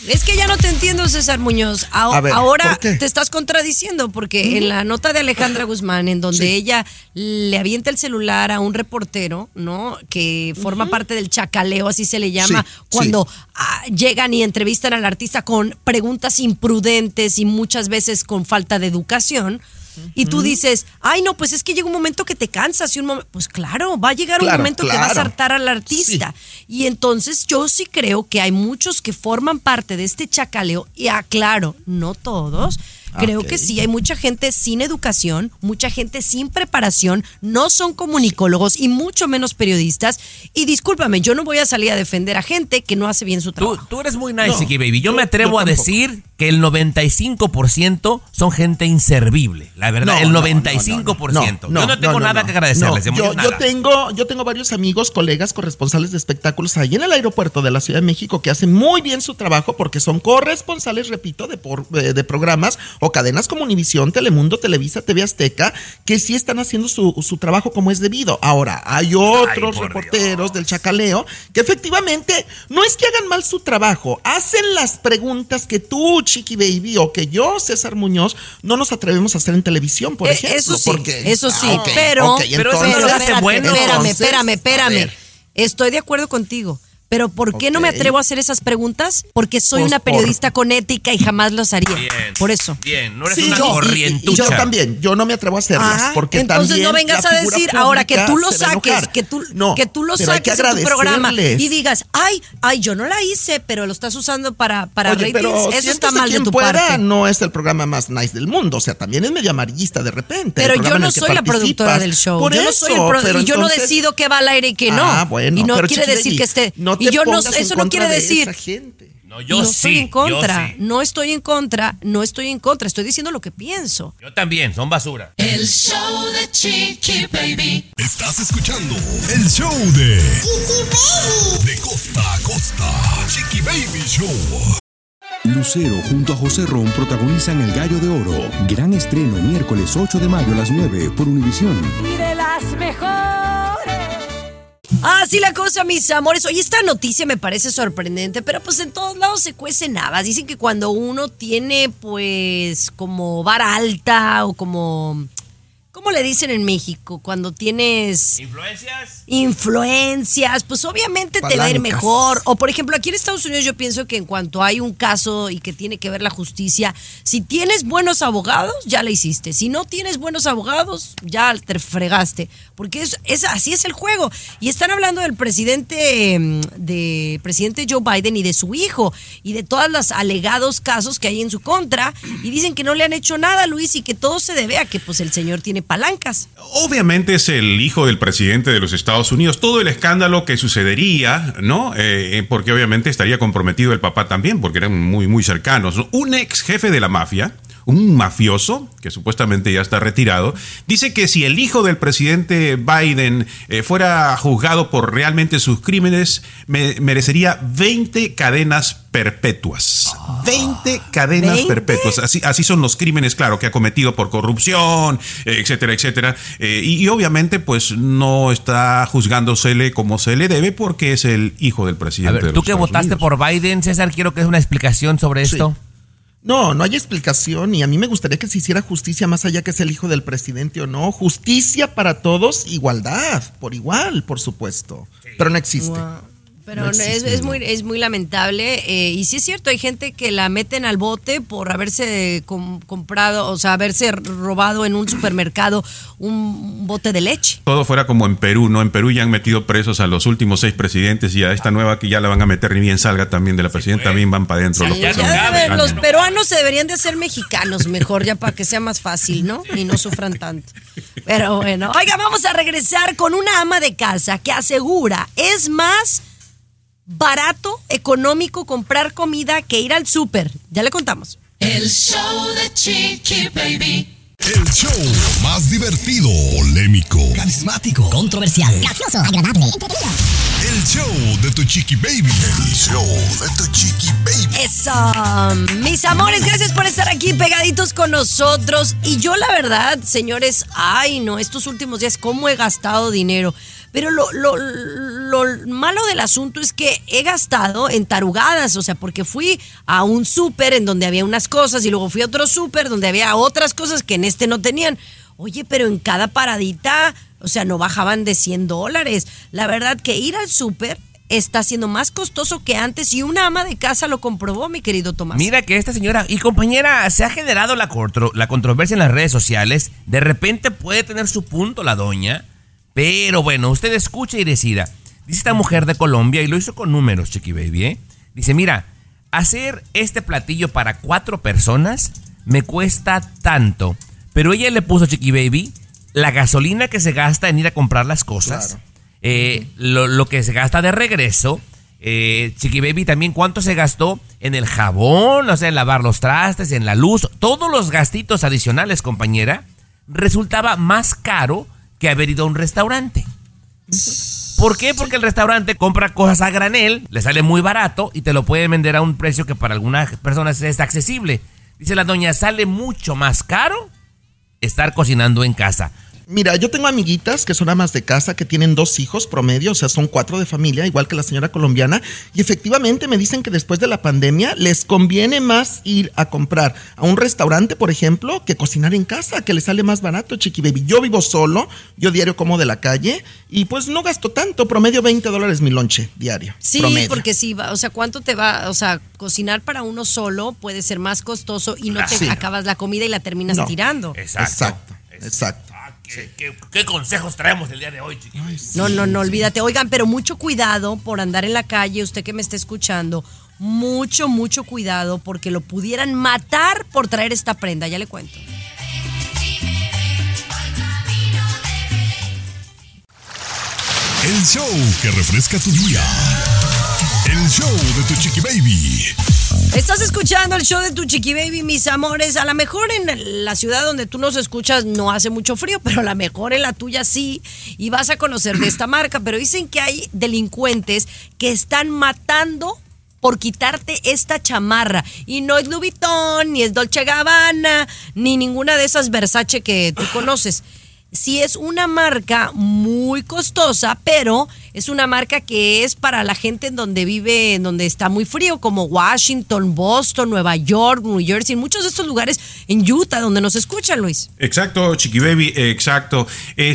Es que ya no te entiendo, César Muñoz. A ver, Ahora ¿por qué? te estás contradiciendo porque en la nota de Alejandra Guzmán, en donde ella le avienta el celular a un reportero, ¿no? Que forma parte del chacaleo, así se le llama, Sí, cuando llegan y entrevistan al artista con preguntas imprudentes y muchas veces con falta de educación. Y tú dices, ay no, pues es que llega un momento que te cansas y pues claro, va a llegar un momento que vas a hartar al artista. Sí. Y entonces yo sí creo que hay muchos que forman parte de este chacaleo y aclaro, no todos. Creo que sí, hay mucha gente sin educación, mucha gente sin preparación, no son comunicólogos y mucho menos periodistas. Y discúlpame, yo no voy a salir a defender a gente que no hace bien su trabajo. Tú eres muy nice, Chiqui Baby. Yo me atrevo a decir que el 95% son gente inservible. La verdad, el 95%. Yo no tengo nada que agradecerles. Yo tengo varios amigos, colegas, corresponsales de espectáculos ahí en el aeropuerto de la Ciudad de México que hacen muy bien su trabajo porque son corresponsales, repito, de programas o cadenas como Univisión, Telemundo, Televisa, TV Azteca, que sí están haciendo su trabajo como es debido. Ahora, hay otros reporteros del chacaleo que efectivamente no es que hagan mal su trabajo, hacen las preguntas que tú, Chiqui Baby, o que yo, César Muñoz, no nos atrevemos a hacer en televisión, por ejemplo. Eso sí, pero espérame. Estoy de acuerdo contigo. Pero ¿por qué no me atrevo a hacer esas preguntas? Porque soy una periodista con ética y jamás las haría. Bien, por eso. Bien, no eres una corrientucha. Y yo también, yo no me atrevo a hacerlas. Porque entonces no vengas a decir ahora que tú lo saques, que tú lo saques en tu programa y digas, ay, yo no la hice, pero lo estás usando para ratings. Eso está mal de tu parte. No es el programa más nice del mundo, o sea, también es medio amarillista de repente. Pero yo no soy la productora del show. Por yo no eso, soy y yo no decido qué va al aire y qué no. Bueno, y no quiere decir que esté. Y yo no, eso no quiere decir. No, yo sí. Estoy en contra. No estoy en contra. Estoy diciendo lo que pienso. Yo también, son basura. El show de Chiqui Baby. Estás escuchando el show de Chiqui Baby. De costa a costa. Chiqui Baby Show. Lucero junto a José Ron protagonizan El Gallo de Oro. Gran estreno miércoles 8 de mayo a las 9 por Univisión. Y de las mejores. Así la cosa, mis amores. Oye, esta noticia me parece sorprendente, pero pues en todos lados se cuecen habas. Dicen que cuando uno tiene pues como vara alta o como... ¿Cómo le dicen en México? Cuando tienes... Influencias, pues obviamente te va a ir mejor. O por ejemplo, aquí en Estados Unidos yo pienso que en cuanto hay un caso y que tiene que ver la justicia, si tienes buenos abogados, ya la hiciste. Si no tienes buenos abogados, ya te fregaste. Porque así es el juego. Y están hablando del presidente Joe Biden y de su hijo y de todos los alegados casos que hay en su contra. Y dicen que no le han hecho nada, Luis, y que todo se debe a que pues el señor tiene palancas. Obviamente es el hijo del presidente de los Estados Unidos. Todo el escándalo que sucedería, ¿no? Porque obviamente estaría comprometido el papá también, porque eran muy, muy cercanos, ¿no? Un ex jefe de la mafia, un mafioso, que supuestamente ya está retirado, dice que si el hijo del presidente Biden fuera juzgado por realmente sus crímenes, merecería 20 cadenas perpetuas. 20 cadenas perpetuas. Así son los crímenes, claro, que ha cometido por corrupción, etcétera, etcétera. Y obviamente, pues, no está juzgándosele como se le debe porque es el hijo del presidente. A ver, tú que votaste por Biden, César, quiero que des una explicación sobre esto. No hay explicación y a mí me gustaría que se hiciera justicia más allá que es el hijo del presidente o no. Justicia para todos, igualdad, por igual, por supuesto. Pero no existe. Wow. Pero no existe, es muy lamentable y sí es cierto, hay gente que la meten al bote por haberse comprado, o sea, haberse robado en un supermercado un bote de leche. Todo fuera como en Perú, ¿no? En Perú ya han metido presos a los últimos 6 presidentes y a esta nueva que ya la van a meter ni bien salga también de la presidenta, también van para adentro. Los peruanos se deberían de hacer mexicanos mejor, ya para que sea más fácil, ¿no? Y no sufran tanto. Pero bueno, oiga, vamos a regresar con una ama de casa que asegura es más barato, económico comprar comida que ir al súper. Ya le contamos. El show de Chiqui Baby. El show más divertido, polémico, carismático, controversial, gracioso, agradable, entretenido. El show de tu Chiqui Baby. El show de tu Chiqui Baby. Eso, mis amores, gracias por estar aquí pegaditos con nosotros. Y yo la verdad, señores, ay no, estos últimos días cómo he gastado dinero. Pero lo malo del asunto es que he gastado en tarugadas, o sea, porque fui a un súper en donde había unas cosas y luego fui a otro súper donde había otras cosas que en este no tenían. Oye, pero en cada paradita, o sea, no bajaban de $100. La verdad que ir al súper está siendo más costoso que antes y una ama de casa lo comprobó, mi querido Tomás. Mira que esta señora y compañera, se ha generado la controversia en las redes sociales. De repente puede tener su punto la doña, pero bueno, usted escucha y decida. Dice esta mujer de Colombia y lo hizo con números, Chiqui Baby, ¿eh? Dice, mira, hacer este platillo para 4 personas me cuesta tanto. Pero ella le puso, Chiqui Baby, la gasolina que se gasta en ir a comprar las cosas, lo que se gasta de regreso, Chiqui Baby también cuánto se gastó en el jabón, o sea, en lavar los trastes, en la luz, todos los gastitos adicionales, compañera, resultaba más caro que haber ido a un restaurante. ¿Por qué? Porque el restaurante compra cosas a granel, le sale muy barato y te lo puede vender a un precio que para algunas personas es accesible. Dice la doña, sale mucho más caro estar cocinando en casa. Mira, yo tengo amiguitas que son amas de casa que tienen 2 hijos promedio, o sea, son 4 de familia, igual que la señora colombiana, y efectivamente me dicen que después de la pandemia les conviene más ir a comprar a un restaurante, por ejemplo, que cocinar en casa, que les sale más barato, Chiqui Baby. Yo vivo solo, yo diario como de la calle y pues no gasto tanto, promedio $20 mi lonche diario. Sí, promedio. porque sí, o sea, ¿cuánto te va? O sea, cocinar para uno solo puede ser más costoso y no te acabas la comida y la terminas tirando. Exacto. ¿Qué consejos traemos el día de hoy, Chiqui? No, olvídate. Oigan, pero mucho cuidado por andar en la calle, usted que me está escuchando, mucho cuidado porque lo pudieran matar por traer esta prenda, ya le cuento. El show que refresca tu día. El show de tu Chiqui Baby. Estás escuchando el show de tu Chiqui Baby, mis amores. A lo mejor en la ciudad donde tú nos escuchas no hace mucho frío, pero a lo mejor en la tuya sí. Y vas a conocer de esta marca. Pero dicen que hay delincuentes que están matando por quitarte esta chamarra. Y no es Louis Vuitton, ni es Dolce Gabbana, ni ninguna de esas Versace que tú conoces. Sí es una marca muy costosa, pero es una marca que es para la gente en donde vive, en donde está muy frío, como Washington, Boston, Nueva York, New Jersey, muchos de estos lugares en Utah, donde nos escuchan, Luis. Exacto, Chiqui Baby, exacto.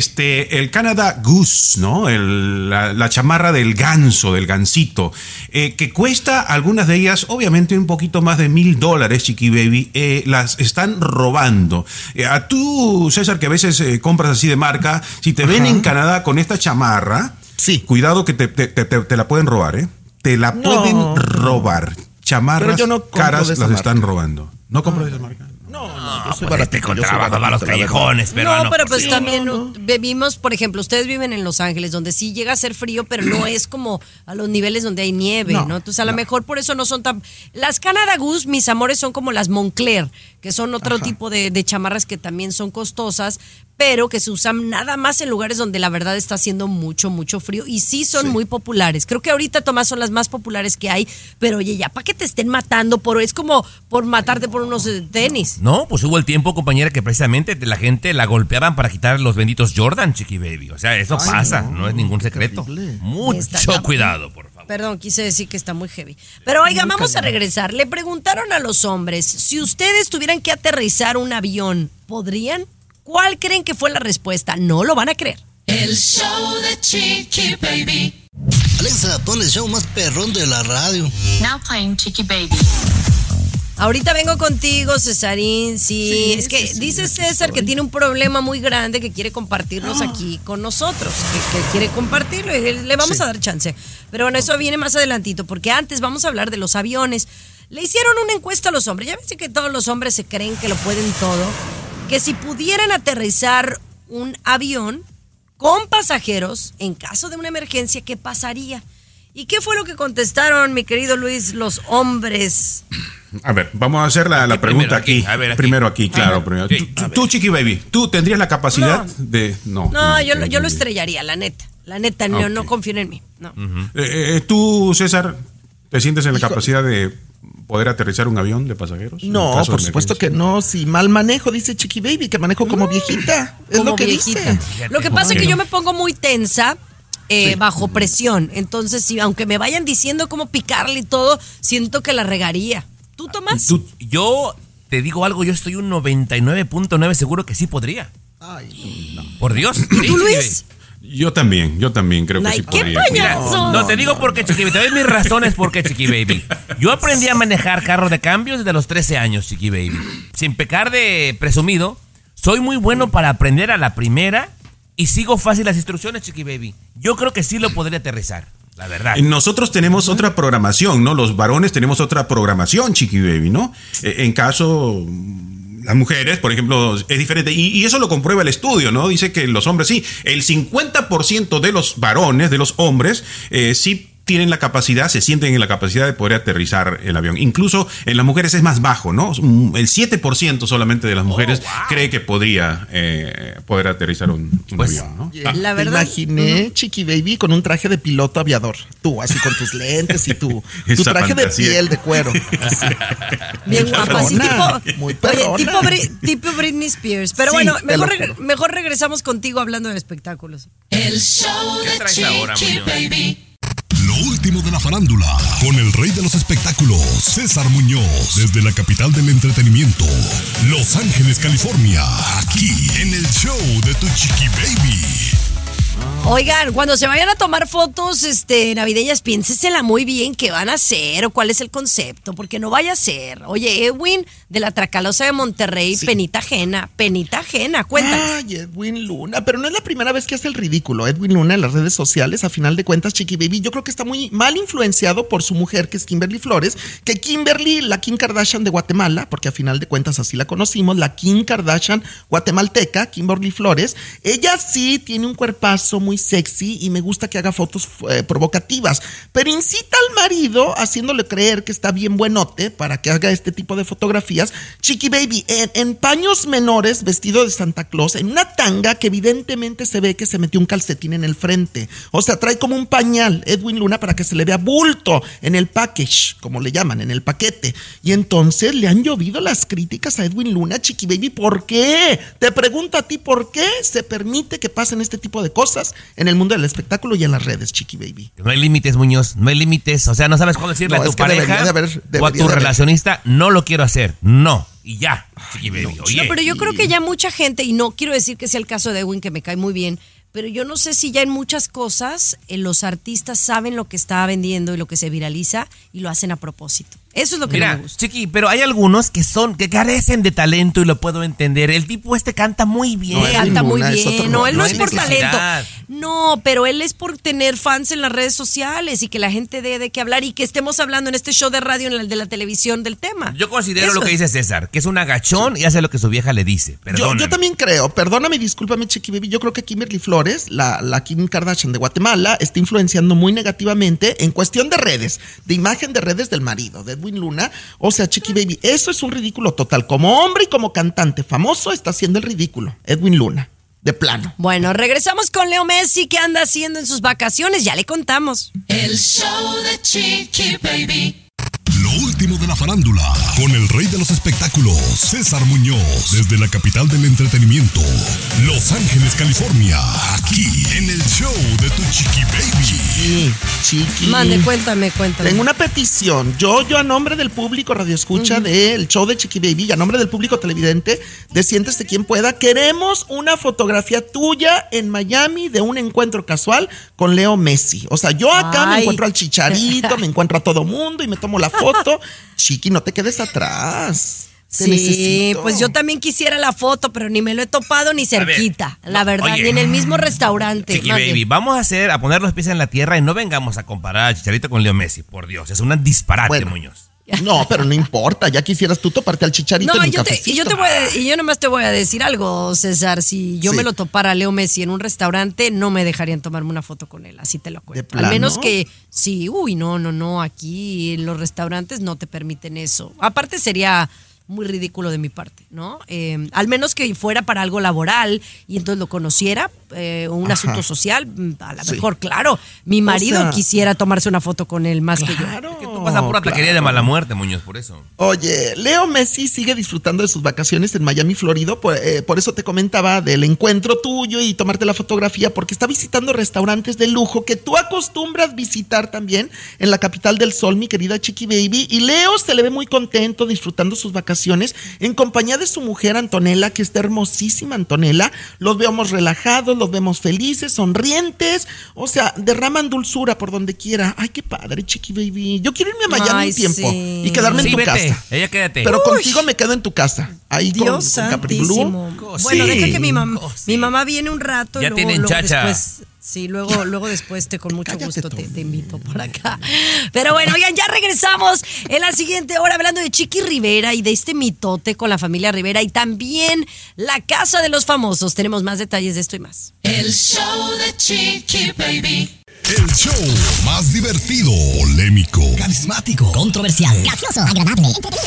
El Canada Goose, ¿no? La chamarra del ganso, del gansito, que cuesta algunas de ellas, obviamente, un poquito más de $1,000, Chiqui Baby. Las están robando. A tú, César, que a veces compras así de marca, si te ven en Canadá con esta chamarra, cuidado que te la pueden robar, ¿eh? Te la pueden robar. Chamarras caras las están robando. ¿No compras esa marca? No, yo soy pues contrabando a los callejones, pero no, pero pues también vivimos, por ejemplo, ustedes viven en Los Ángeles, donde sí llega a ser frío, pero no es como a los niveles donde hay nieve, ¿no? Entonces a lo mejor por eso no son tan... Las Canada Goose, mis amores, son como las Moncler, que son otro tipo de chamarras que también son costosas, pero que se usan nada más en lugares donde la verdad está haciendo mucho frío y sí son muy populares. Creo que ahorita, Tomás, son las más populares que hay, pero oye, ya para que te estén matando, es como por matarte por unos tenis. No, pues hubo el tiempo, compañera, que precisamente la gente la golpeaban para quitar los benditos Jordan, Chiqui Baby. O sea, eso pasa, no es ningún secreto. Mucho cuidado, por favor. Perdón, quise decir que está muy heavy. Pero oiga, vamos a regresar. Le preguntaron a los hombres, si ustedes tuvieran que aterrizar un avión, ¿podrían? ¿Cuál creen que fue la respuesta? No lo van a creer. El show de Chiqui Baby. Alexa, pon el show más perrón de la radio. Now playing Chiqui Baby. Ahorita vengo contigo, Cesarín. Sí, es que dice César que tiene un problema muy grande que quiere compartirnos aquí con nosotros. Que quiere compartirlo y le vamos a dar chance. Pero bueno, eso viene más adelantito, porque antes vamos a hablar de los aviones. Le hicieron una encuesta a los hombres. Ya ven que todos los hombres se creen que lo pueden todo. Que si pudieran aterrizar un avión con pasajeros en caso de una emergencia, ¿qué pasaría? ¿Y qué fue lo que contestaron, mi querido Luis, los hombres? A ver, vamos a hacer la pregunta aquí. Primero aquí, claro. Tú, Chiqui Baby, ¿tú tendrías la capacidad de...? No, yo lo estrellaría, la neta. La neta, no confíen en mí. No. ¿Tú, César, te sientes en la capacidad de poder aterrizar un avión de pasajeros? No, por supuesto que no. Si mal manejo, dice Chiqui Baby, que manejo como viejita. Es como lo que viejita. dice. Lo que pasa es que yo me pongo muy tensa bajo presión. Entonces, sí, aunque me vayan diciendo cómo picarle y todo, siento que la regaría. ¿Tú, Tomás? Yo te digo algo, yo estoy un 99.9 seguro que sí podría. Ay, no. Por Dios. ¿Tú, Luis? Yo también creo que Ay, sí qué podría. payaso. No, te digo por qué, Chiqui Baby. Te doy mis razones por qué, Chiqui Baby. Yo aprendí a manejar carro de cambios desde los 13 años, Chiqui Baby. Sin pecar de presumido, soy muy bueno para aprender a la primera y sigo fácil las instrucciones, Chiqui Baby. Yo creo que sí lo podría aterrizar, la verdad. Nosotros tenemos otra programación, ¿no? Los varones tenemos otra programación, Chiqui Baby, ¿no? En caso... Las mujeres, por ejemplo, es diferente. Y eso lo comprueba el estudio, ¿no? Dice que los hombres sí. El 50% de los varones, de los hombres, sí tienen la capacidad, se sienten en la capacidad de poder aterrizar el avión. Incluso en las mujeres es más bajo, ¿no? El 7% solamente de las mujeres cree que podría poder aterrizar un avión, ¿no? La verdad. Te imaginé, Chiqui Baby, con un traje de piloto aviador. Tú, así con tus lentes y tu traje fantasía. de piel, de cuero. Así. Bien guapa, así Muy perrona. Oye, tipo Britney Spears. Pero Sí, bueno, te lo juro. mejor regresamos contigo hablando de espectáculos. El show ¿Qué de traes ahora, Chiqui Muñoz? Baby. Lo último de la farándula, con el rey de los espectáculos, César Muñoz, desde la capital del entretenimiento, Los Ángeles, California, aquí en el show de tu Chiqui Baby. Oigan, cuando se vayan a tomar fotos navideñas, piénsesela muy bien qué van a hacer o cuál es el concepto, porque no vaya a ser. Oye, Edwin, de la Tracalosa de Monterrey, Sí. penita ajena, cuéntanos. Ay, Edwin Luna, pero no es la primera vez que hace el ridículo. Edwin Luna en las redes sociales, a final de cuentas, Chiqui Baby, yo creo que está muy mal influenciado por su mujer, que es Kimberly Flores, que Kimberly, la Kim Kardashian de Guatemala, porque a final de cuentas así la conocimos, la Kim Kardashian guatemalteca, Kimberly Flores, ella sí tiene un cuerpazo muy sexy y me gusta que haga fotos provocativas, pero incita al marido haciéndole creer que está bien buenote para que haga este tipo de fotografías. Chiqui Baby, en paños menores, vestido de Santa Claus, en una tanga que evidentemente se ve que se metió un calcetín en el frente. O sea, trae como un pañal Edwin Luna para que se le vea bulto en el package, como le llaman, en el paquete. Y entonces le han llovido las críticas a Edwin Luna, Chiqui Baby. ¿Por qué? Te pregunto a ti, ¿por qué se permite que pasen este tipo de cosas en el mundo del espectáculo y en las redes, Chiqui Baby? No hay límites, Muñoz, no hay límites. O sea, no sabes cuándo decirle No, a tu es que pareja debería de haber- o a debería tu de haber. relacionista, no lo quiero hacer. No. Y ya, Chiqui Baby. Oye. No, pero yo creo que ya mucha gente, y no quiero decir que sea el caso de Edwin, que me cae muy bien, pero yo no sé si ya en muchas cosas los artistas saben lo que está vendiendo y lo que se viraliza y lo hacen a propósito. Eso es lo que no Mira, me gusta. Chiqui, pero hay algunos que carecen de talento y lo puedo entender. El tipo canta muy bien. No, Canta muy Luna es otro bien. No, él no rollo. es por No hay talento. necesidad. No, pero él es por tener fans en las redes sociales y que la gente dé de qué hablar y que estemos hablando en este show de radio, en el de la televisión, del tema. Yo considero Eso lo que es. dice César, que es un agachón y hace lo que su vieja le dice. Yo Perdóname. también creo, perdóname, discúlpame, Chiqui Baby, yo creo que Kimberly Flores, la Kim Kardashian de Guatemala, está influenciando muy negativamente en cuestión de redes, de imagen de redes del marido, de Edwin Luna. O sea, Chiqui Baby, eso es un ridículo total. Como hombre y como cantante famoso está haciendo el ridículo, Edwin Luna, de plano. Bueno, regresamos con Leo Messi. ¿Qué anda haciendo en sus vacaciones? Ya le contamos. El show de Chiqui Baby. Lo último de la farándula, con el rey de los espectáculos, César Muñoz, desde la capital del entretenimiento, Los Ángeles, California, aquí en el show de tu Chiqui Baby. Chiqui. Mande, cuéntame. Tengo una petición. Yo a nombre del público radioescucha del show de Chiqui Baby y a nombre del público televidente de Siéntese Quien Pueda, queremos una fotografía tuya en Miami de un encuentro casual con Leo Messi. O sea, yo acá me Ay. encuentro al Chicharito, me encuentro a todo mundo y me tomo la foto. Chiqui, no te quedes atrás. Te Sí, necesito. pues yo también quisiera la foto, pero ni me lo he topado ni cerquita, la verdad, oye. ni en el mismo restaurante. Chiqui Mande. Baby, vamos a poner los pies en la tierra y no vengamos a comparar a Chicharito con Leo Messi. Por Dios, es un disparate, Bueno. Muñoz. No, pero no importa. Ya quisieras tú toparte al Chicharito No, en un yo cafecito. yo nomás te voy a decir algo, César. Si yo Sí. me lo topara a Leo Messi en un restaurante, no me dejarían tomarme una foto con él, así te lo cuento. ¿De plano? Al menos que, sí, no, aquí en los restaurantes no te permiten eso. Aparte sería muy ridículo de mi parte, ¿no? Al menos que fuera para algo laboral y entonces lo conociera, un Ajá. asunto social, a lo Sí. mejor, claro, mi marido sea, quisiera tomarse una foto con él más que yo. Claro. Que tú Tú pasas pura taquería de mala muerte, Muñoz, por eso. Oye, Leo Messi sigue disfrutando de sus vacaciones en Miami, Florida. Por eso te comentaba del encuentro tuyo y tomarte la fotografía, porque está visitando restaurantes de lujo que tú acostumbras visitar también en la capital del sol, mi querida Chiqui Baby. Y Leo se le ve muy contento disfrutando sus vacaciones en compañía de su mujer Antonella, que está hermosísima Antonella. Los vemos relajados, los vemos felices, sonrientes. O sea, derraman dulzura por donde quiera. Ay, qué padre, Chiqui Baby. Yo quiero irme a Miami un tiempo y quedarme en tu vete. casa. Ella quédate. Pero contigo me quedo en tu casa. Ahí Dios con Capri santísimo. Blue. Bueno, Sí. deja que mi mamá viene un rato. Ya y tienen luego chacha. después, sí, luego después con mucho Cállate gusto tú. te invito por acá. Pero bueno, oigan, ya regresamos en la siguiente hora hablando de Chiqui Rivera y de este mitote con la familia Rivera y también la casa de los famosos. Tenemos más detalles de esto y más. El show de Chiqui Baby. El show más divertido, polémico, Carismático, controversial, gracioso, agradable,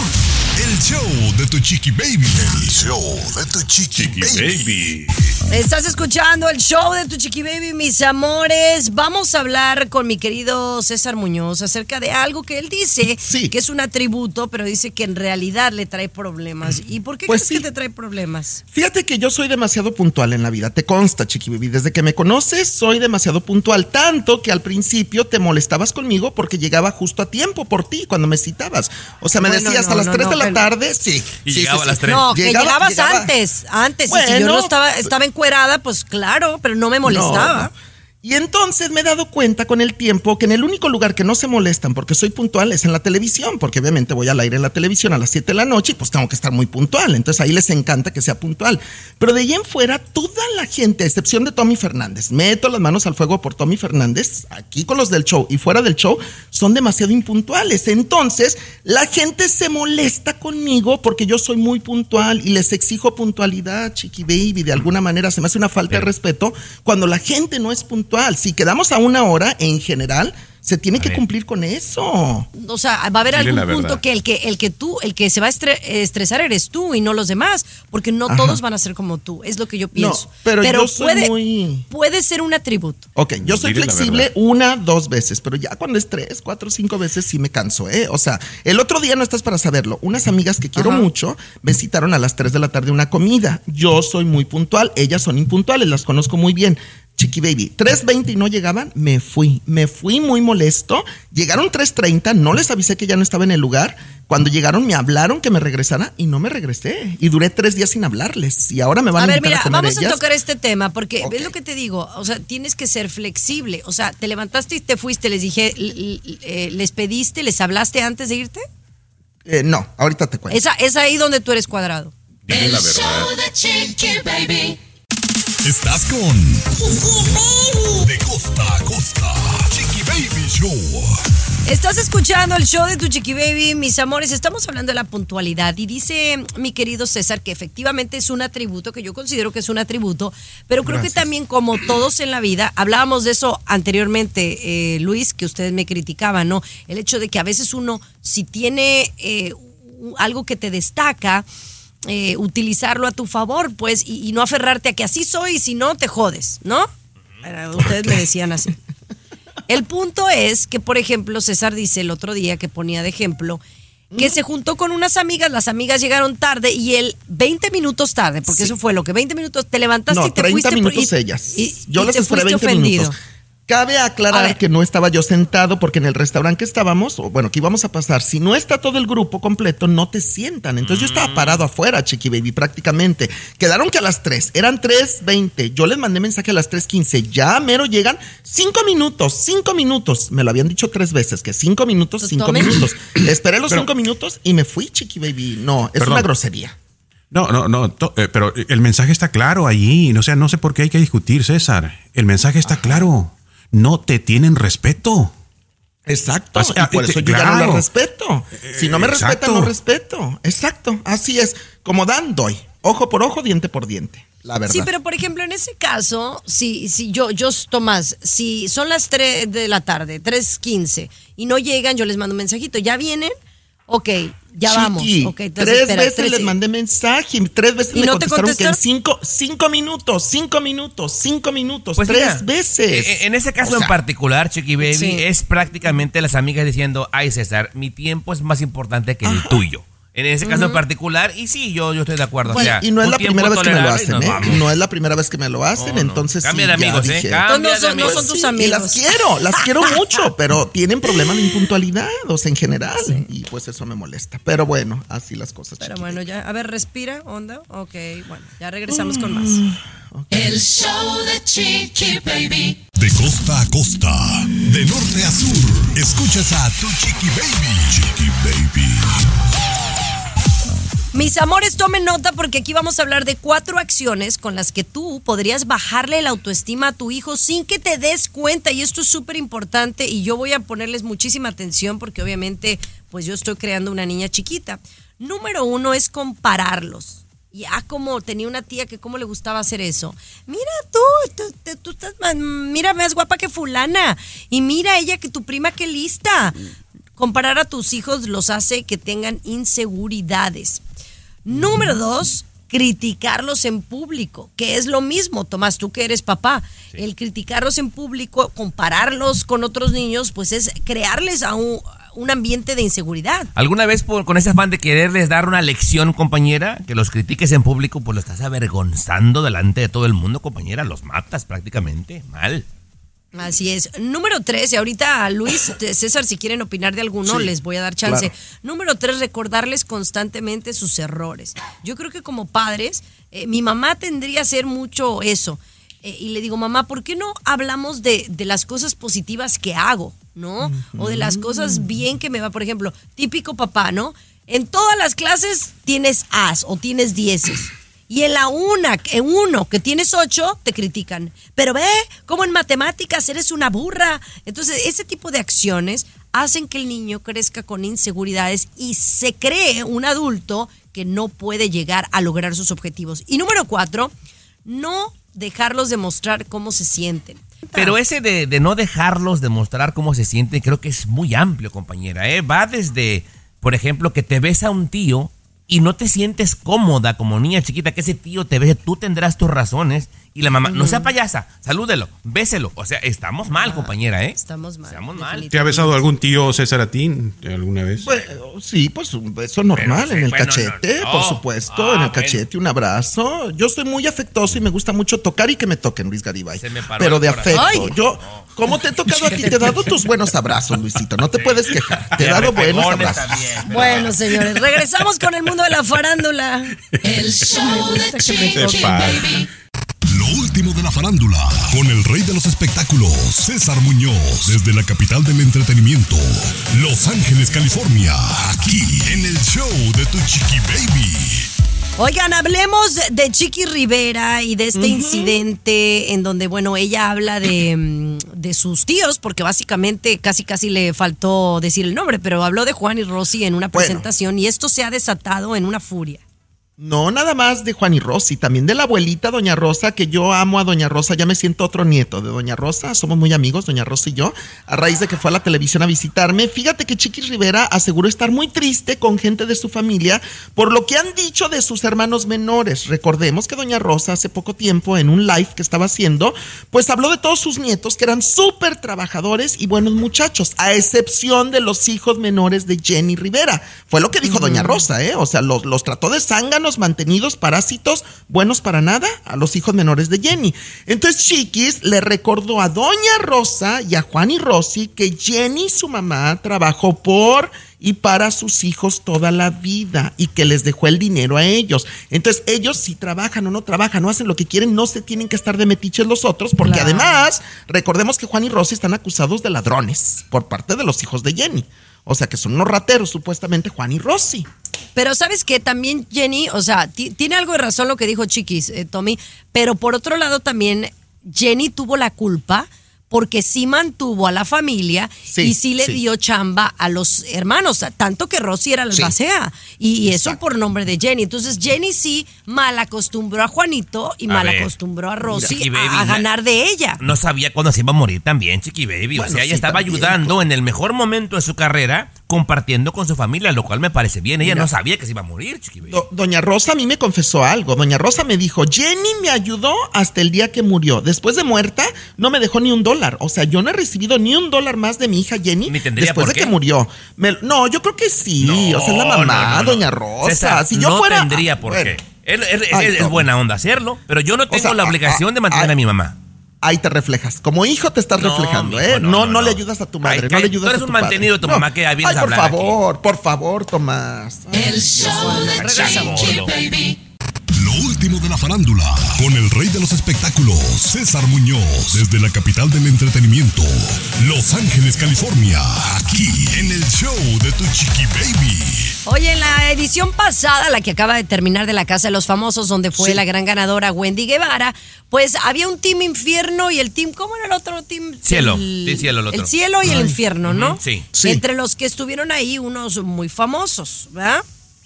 el show de tu Chiqui Baby. El show de tu Chiqui Baby. Estás escuchando el show de tu Chiqui Baby, mis amores. Vamos a hablar con mi querido César Muñoz acerca de algo que él dice que es un atributo, pero dice que en realidad le trae problemas. ¿Y por qué Pues crees que te trae problemas? Fíjate que yo soy demasiado puntual en la vida, te consta, Chiqui Baby. Desde que me conoces soy demasiado puntual, tanto que al principio te molestabas conmigo porque llegaba justo a tiempo por ti cuando me citabas. O sea, me Bueno, decías a las 3 de la tarde, sí. Y sí, llegaba sí, a las sí. 3. No, que Llegaba- llegabas antes. Y si Bueno, yo no estaba encuerada, pues claro, pero no me molestaba. No. Y entonces me he dado cuenta con el tiempo que en el único lugar que no se molestan porque soy puntual es en la televisión, porque obviamente voy al aire en la televisión a las 7 de la noche y pues tengo que estar muy puntual. Entonces ahí les encanta que sea puntual. Pero de ahí en fuera, toda la gente, a excepción de Tommy Fernández, meto las manos al fuego por Tommy Fernández, aquí con los del show y fuera del show, son demasiado impuntuales. Entonces la gente se molesta conmigo porque yo soy muy puntual y les exijo puntualidad, Chiqui Baby. De alguna manera se me hace una falta de respeto cuando la gente no es puntual. Si quedamos a una hora, en general, se tiene que cumplir con eso. O sea, va a haber Dile algún la punto verdad. que el que se va a estresar eres tú y no los demás, porque no todos van a ser como tú, es lo que yo pienso. pero yo soy puede ser un atributo. Ok, yo soy Dile la flexible verdad. 1, 2 veces, pero ya cuando es 3, 4, 5 veces sí me canso, ¿eh? O sea, el otro día, no estás para saberlo, unas amigas que quiero mucho me citaron a las 3 de la tarde una comida. Yo soy muy puntual, ellas son impuntuales, las conozco muy bien. Chiqui Baby, 3:20 y no llegaban, me fui muy molesto. Llegaron 3:30, no les avisé que ya no estaba en el lugar. Cuando llegaron me hablaron que me regresara y no me regresé. Y duré 3 días sin hablarles. Y ahora me van a ver, invitar mira, a comer vamos ellas. a tocar este tema, porque Ok. ves lo que te digo, o sea, tienes que ser flexible. O sea, te levantaste y te fuiste, les dije, les pediste, les hablaste antes de irte. No, ahorita te cuento. Es ahí donde tú eres cuadrado. Dile la verdad. Show de Chiqui Baby. Estás con De costa a costa. Chiqui Baby Show. Estás escuchando el show de tu Chiqui Baby, mis amores. Estamos hablando de la puntualidad y dice mi querido César que efectivamente es un atributo, que yo considero que es un atributo, pero creo que también, como todos en la vida, hablábamos de eso anteriormente, Luis, que ustedes me criticaban, ¿no? El hecho de que a veces uno, si tiene algo que te destaca, utilizarlo a tu favor, pues, y no aferrarte a que así soy, y si no, te jodes, ¿no? Ustedes me decían así. El punto es que, por ejemplo, César dice el otro día que ponía de ejemplo que se juntó con unas amigas, las amigas llegaron tarde y él 20 minutos tarde, porque eso fue lo que 20 minutos te levantaste No, y te 30 fuiste minutos ellas. Yo y las te esperé fuiste 20 ofendido. minutos. Cabe A aclarar ver. que no estaba yo sentado porque en el restaurante que estábamos, o bueno, que íbamos a pasar, si no está todo el grupo completo, no te sientan. Entonces yo estaba parado afuera, Chiqui Baby, prácticamente. Quedaron que a las 3, eran 3:20. Yo les mandé mensaje a las 3:15. Ya mero llegan 5 minutos. Me lo habían dicho 3 veces, que 5 minutos, Pues 5 tomen. minutos. Esperé los Pero- 5 minutos y me fui, Chiqui Baby. No, es Perdón. una grosería. No, pero el mensaje está claro allí. O sea, no sé por qué hay que discutir, César. El mensaje está claro. No te tienen respeto. Exacto, O sea, y por eso yo ya no claro. la respeto. Si no me Exacto. respetan, no respeto. Exacto, así es. Como dan, doy. Ojo por ojo, diente por diente. La verdad. Sí, pero por ejemplo, en ese caso, si yo, Tomás, si son las 3 de la tarde, 3:15, y no llegan, yo les mando un mensajito, ¿ya vienen? Ok, ya Chiqui, vamos. Okay, entonces, 3 espera, veces les mandé mensaje, 3 veces ¿Y me no te contestaron que en contestó? 5 minutos, Pues 3 mira, veces. En ese caso O sea, en particular, Chiqui Baby, Sí. es prácticamente las amigas diciendo, ay César, mi tiempo es más importante que el tuyo. En ese caso en particular, y sí, yo estoy de acuerdo. Bueno, o sea, y no es un la tiempo primera vez que me lo tolerable y hacen, nos ¿eh? vamos. No es la primera vez que me lo hacen, No. entonces Cambia sí, de ya amigos, dije, Cambia No son- de no amigos. son tus sí, amigos. y las quiero mucho, pero tienen problemas de impuntualidad, o sea, en general, y pues eso me molesta. Pero bueno, así las cosas. Pero Chiqui. bueno, ya, a ver, respira, onda. Ok, bueno, ya regresamos con más. El show de Chiqui Baby. De costa a costa, de norte a sur, escuchas a tu Chiqui Baby. Chiqui Baby. Mis amores, tomen nota porque aquí vamos a hablar de 4 acciones con las que tú podrías bajarle la autoestima a tu hijo sin que te des cuenta. Y esto es súper importante y yo voy a ponerles muchísima atención porque obviamente pues yo estoy creando una niña chiquita. Número 1 es compararlos. Ya como tenía una tía que cómo le gustaba hacer eso. Mira tú estás mira, más guapa que fulana. Y mira ella que tu prima que lista. Comparar a tus hijos los hace que tengan inseguridades. Número 2, criticarlos en público, que es lo mismo, Tomás, tú que eres papá. Sí. El criticarlos en público, compararlos con otros niños, pues es crearles a un ambiente de inseguridad. ¿Alguna vez con ese afán de quererles dar una lección, compañera, que los critiques en público, pues lo estás avergonzando delante de todo el mundo, compañera? Los matas prácticamente, mal. Así es. Número 3, y ahorita Luis, César, si quieren opinar de alguno, sí, les voy a dar chance. Claro. Número 3, recordarles constantemente sus errores. Yo creo que como padres, mi mamá tendría que hacer mucho eso. Y le digo, mamá, ¿por qué no hablamos de las cosas positivas que hago, ¿no? O de las cosas bien que me va, por ejemplo, típico papá, ¿no? En todas las clases tienes As o tienes 10. Y en uno que tienes 8, te critican. Pero ve, como en matemáticas eres una burra. Entonces, ese tipo de acciones hacen que el niño crezca con inseguridades y se cree un adulto que no puede llegar a lograr sus objetivos. Y número 4, no dejarlos demostrar cómo se sienten. Pero ese de no dejarlos demostrar cómo se sienten, creo que es muy amplio, compañera. Va desde, por ejemplo, que te ves a un tío y no te sientes cómoda como niña chiquita, que ese tío te ve, tú tendrás tus razones, y la mamá, no sea payasa, salúdelo, béselo. O sea, estamos mal, compañera, ¿eh? Estamos mal. Estamos mal. ¿Te ha besado algún tío, César, a ti alguna vez? Pues, sí, pues un beso normal en el cachete, por supuesto, en el cachete, un abrazo. Yo soy muy afectuoso y me gusta mucho tocar y que me toquen, Luis Garibay. Pero de afecto. Ay. Yo, ¿cómo te he tocado a ti? Te he dado tus buenos abrazos, Luisito, no te puedes quejar. Te he dado buenos abrazos. También, bueno, señores, regresamos con el mundo de la farándula. El show de Chiqui Baby. Lo último de la farándula, con el rey de los espectáculos, César Muñoz, desde la capital del entretenimiento, Los Ángeles, California, aquí en el show de tu Chiqui Baby. Oigan, hablemos de Chiqui Rivera y de este incidente en donde, bueno, ella habla de sus tíos, porque básicamente casi le faltó decir el nombre, pero habló de Juan y Rosy en una presentación y esto se ha desatado en una furia. No, nada más de Juan y Rosy, también de la abuelita Doña Rosa, que yo amo a Doña Rosa, ya me siento otro nieto de Doña Rosa, somos muy amigos, Doña Rosa y yo, a raíz de que fue a la televisión a visitarme. Fíjate que Chiqui Rivera aseguró estar muy triste con gente de su familia por lo que han dicho de sus hermanos menores. Recordemos que Doña Rosa hace poco tiempo en un live que estaba haciendo, pues habló de todos sus nietos que eran súper trabajadores y buenos muchachos, a excepción de los hijos menores de Jenny Rivera. Fue lo que dijo Doña Rosa, o sea, los trató de zánganos, mantenidos, parásitos, buenos para nada, a los hijos menores de Jenny. Entonces Chiquis le recordó a Doña Rosa y a Juan y Rosy que Jenny, su mamá, trabajó por y para sus hijos toda la vida y que les dejó el dinero a ellos. Entonces ellos si trabajan o no trabajan, no hacen lo que quieren, no se tienen que estar de metiches los otros, porque además, recordemos que Juan y Rosy están acusados de ladrones por parte de los hijos de Jenny. O sea que son unos rateros, supuestamente, Juan y Rosy. Pero ¿sabes qué? También Jenny, o sea, tiene algo de razón lo que dijo Chiquis, Tommy, pero por otro lado también Jenny tuvo la culpa porque sí mantuvo a la familia y sí le dio chamba a los hermanos, tanto que Rosy era la albacea y eso por nombre de Jenny. Entonces Jenny sí mal acostumbró a Juanito y mal acostumbró a Rosy a ganar de ella. No sabía cuándo se iba a morir también, Chiqui Baby. Bueno, o sea, ella estaba ayudando en el mejor momento de su carrera compartiendo con su familia, lo cual me parece bien. Ella Mira, no sabía que se iba a morir, Chiqui Baby. Doña Rosa a mí me confesó algo. Doña Rosa me dijo, Jenny me ayudó hasta el día que murió. Después de muerta, no me dejó ni $1. O sea, yo no he recibido ni $1 más de mi hija Jenny Ni tendría después por de qué. que murió. No, yo creo que sí. No, o sea, es la mamá, no. Doña Rosa. César, si yo no fuera, tendría por bueno. qué. Es Ay, buena onda hacerlo, pero yo no tengo la obligación de mantener a mi mamá. Ahí te reflejas. Como hijo te estás reflejando, mijo, ¿eh? No le ayudas a tu madre, no le ayudas a tu padre. Tú eres un mantenido de tu mamá que vienes Ay, a hablar aquí. por favor, Tomás. El show de Chiqui Baby. Lo último de la farándula, con el rey de los espectáculos, César Muñoz, desde la capital del entretenimiento, Los Ángeles, California, aquí en el show de tu Chiqui Baby. Oye, en la edición pasada, la que acaba de terminar de La Casa de los Famosos, donde fue la gran ganadora Wendy Guevara, pues había un team infierno y el team, ¿cómo era el otro team? Cielo, Team Cielo el otro. El cielo y el infierno, ¿no? Sí. Entre los que estuvieron ahí unos muy famosos, ¿verdad?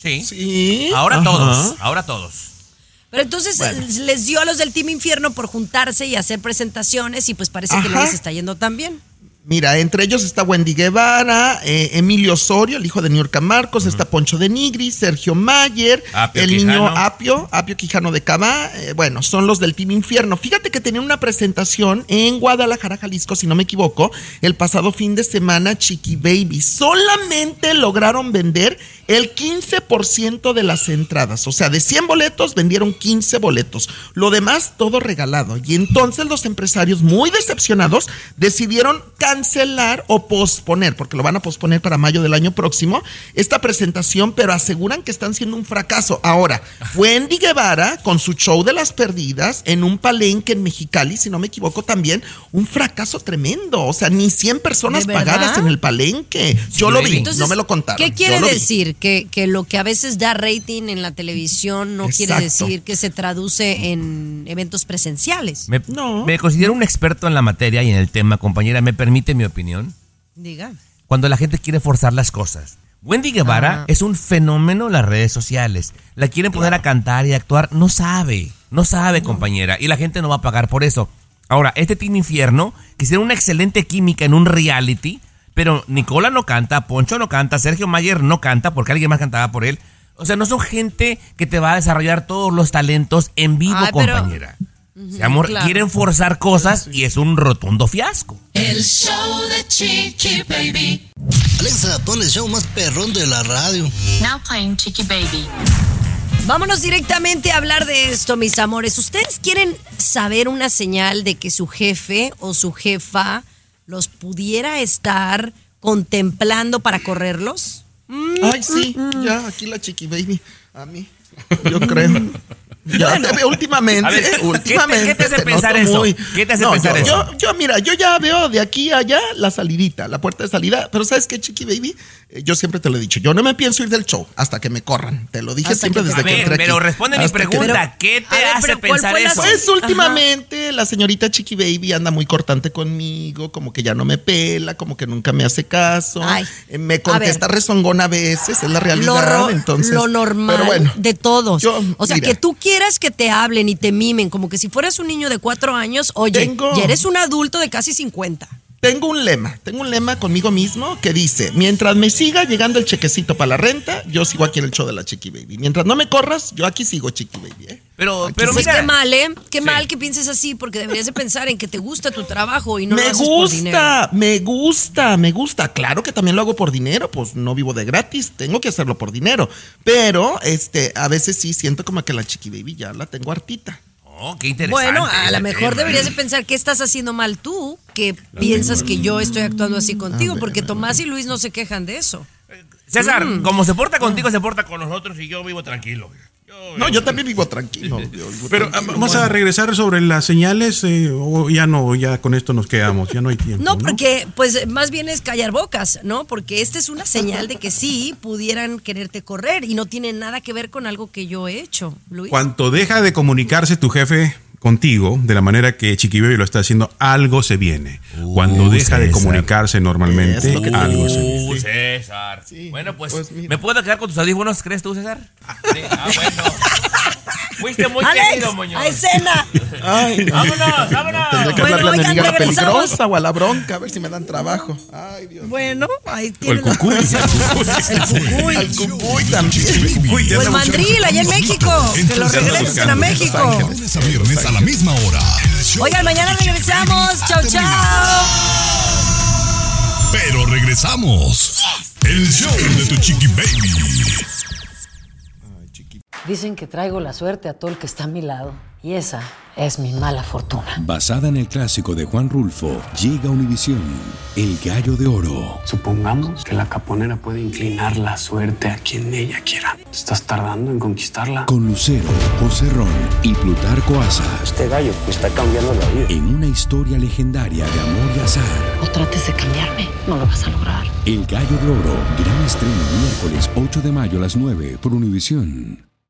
Sí. Ahora todos. Pero entonces les dio a los del Team Infierno por juntarse y hacer presentaciones y pues parece que no les está yendo tan bien. Mira, entre ellos está Wendy Guevara, Emilio Osorio, el hijo de Niurka Marcos, está Poncho de Nigris, Sergio Mayer, Apio el Quijano. niño Apio Quijano de Cabá, bueno, son los del Team Infierno. Fíjate que tenían una presentación en Guadalajara, Jalisco, si no me equivoco, el pasado fin de semana, Chiqui Baby. Solamente lograron vender el 15% de las entradas, o sea, de 100 boletos vendieron 15 boletos, lo demás todo regalado. Y entonces los empresarios, muy decepcionados, decidieron cancelar o posponer, porque lo van a posponer para mayo del año próximo, esta presentación, pero aseguran que están siendo un fracaso. Ahora, Wendy Guevara, con su show de las perdidas, en un palenque en Mexicali, si no me equivoco también, un fracaso tremendo, o sea, ni 100 personas ¿De verdad? pagadas en el palenque. Yo lo vi, Entonces, no me lo contaron. ¿Qué quiere yo lo vi. decir? Que lo que a veces da rating en la televisión no quiere Exacto. decir que se traduce en eventos presenciales. Me considero un experto en la materia y en el tema, compañera. ¿Me permite mi opinión? Diga. Cuando la gente quiere forzar las cosas. Wendy Guevara es un fenómeno en las redes sociales. La quieren poner a cantar y a actuar. No sabe, compañera. Y la gente no va a pagar por eso. Ahora, este Team Infierno, que hicieron una excelente química en un reality, pero Nicola no canta, Poncho no canta, Sergio Mayer no canta porque alguien más cantaba por él. O sea, no son gente que te va a desarrollar todos los talentos en vivo, compañera. Amor, claro. quieren forzar cosas y es un rotundo fiasco. El show de Chiqui Baby. Alexa, pon el show más perrón de la radio. Now playing Chiqui Baby. Vámonos directamente a hablar de esto, mis amores. ¿Ustedes quieren saber una señal de que su jefe o su jefa los pudiera estar contemplando para correrlos? Ay, sí, ya, aquí la Chiqui Baby, a mí, yo creo. Ya Bueno. te veo últimamente, A ver, últimamente. ¿qué te hace te pensar noto eso? muy- ¿Qué te hace No, pensar eso? Yo, mira, yo ya veo de aquí a allá la salidita, la puerta de salida. Pero ¿sabes qué, Chiqui Baby? Yo siempre te lo he dicho. Yo no me pienso ir del show hasta que me corran. Te lo dije Hasta siempre que- desde A que ver, entré aquí. pero responde mi Hasta que- pregunta. ¿Qué te hace pero ¿cuál pensar fue la eso? Pues últimamente la señorita Chiqui Baby anda muy cortante conmigo, como que ya no me pela, como que nunca me hace caso. Ay, Me contesta rezongona a veces, es la realidad. Lo, entonces, lo normal pero bueno, de todos. yo, o sea, mira. que tú quieras que te hablen y te mimen como que si fueras un niño de 4 años, oye, ya eres un adulto de casi 50. Tengo un lema conmigo mismo que dice, mientras me siga llegando el chequecito para la renta, yo sigo aquí en el show de la Chiqui Baby. Mientras no me corras, yo aquí sigo, Chiqui Baby, ¿eh? Pero Pues mira, qué mal, ¿eh? Qué mal que pienses así, porque deberías de pensar en que te gusta tu trabajo y no lo Me haces por dinero. me gusta. Claro que también lo hago por dinero, pues no vivo de gratis, tengo que hacerlo por dinero. Pero, a veces sí siento como que la Chiqui Baby ya la tengo hartita. Oh, qué interesante. Bueno, a ese lo mejor tema, deberías ¿eh? de pensar qué estás haciendo mal tú, que piensas que yo estoy actuando así contigo, porque Tomás y Luis no se quejan de eso. César, como se porta contigo, se porta con nosotros y yo vivo tranquilo. No, yo también vivo tranquilo. Pero vamos a regresar sobre las señales o ya no, ya con esto nos quedamos, ya no hay tiempo. No, porque pues más bien es callar bocas, ¿no? Porque esta es una señal de que sí pudieran quererte correr y no tiene nada que ver con algo que yo he hecho, Luis. Cuando deja de comunicarse tu jefe contigo de la manera que Chiqui Baby lo está haciendo, algo se viene. Cuando deja de César. comunicarse normalmente, Es lo que te algo se digo. viene. César. Bueno, pues, pues mira. ¿me puedo quedar con tus audífonos, crees tú, César? Sí, bueno. Fuiste muy Alex, querido, Muñoz. a escena. Ay, no. Vámonos. Tendré que Bueno, hablarle a mi oigan, amiga la regresamos. peligrosa o a la bronca, a ver si me dan trabajo. Ay, Dios. Bueno, ahí O tiene el cucuy. Al cucuy también. Cucuy, te O el anda mandril allá en México. Que lo regresen a México. Lunes a viernes a la misma hora. El show Oigan, mañana regresamos. Chao, chao. Pero regresamos. El show de tu chiqui baby. Dicen que traigo la suerte a todo el que está a mi lado. Y esa es mi mala fortuna. Basada en el clásico de Juan Rulfo, llega Univisión, El Gallo de Oro. Supongamos que la caponera puede inclinar la suerte a quien ella quiera. ¿Estás tardando en conquistarla? Con Lucero, José Ron y Plutarco Asa. Este gallo me está cambiando la vida. En una historia legendaria de amor y azar. No trates de cambiarme, no lo vas a lograr. El Gallo de Oro, gran estreno miércoles 8 de mayo a las 9 por Univisión.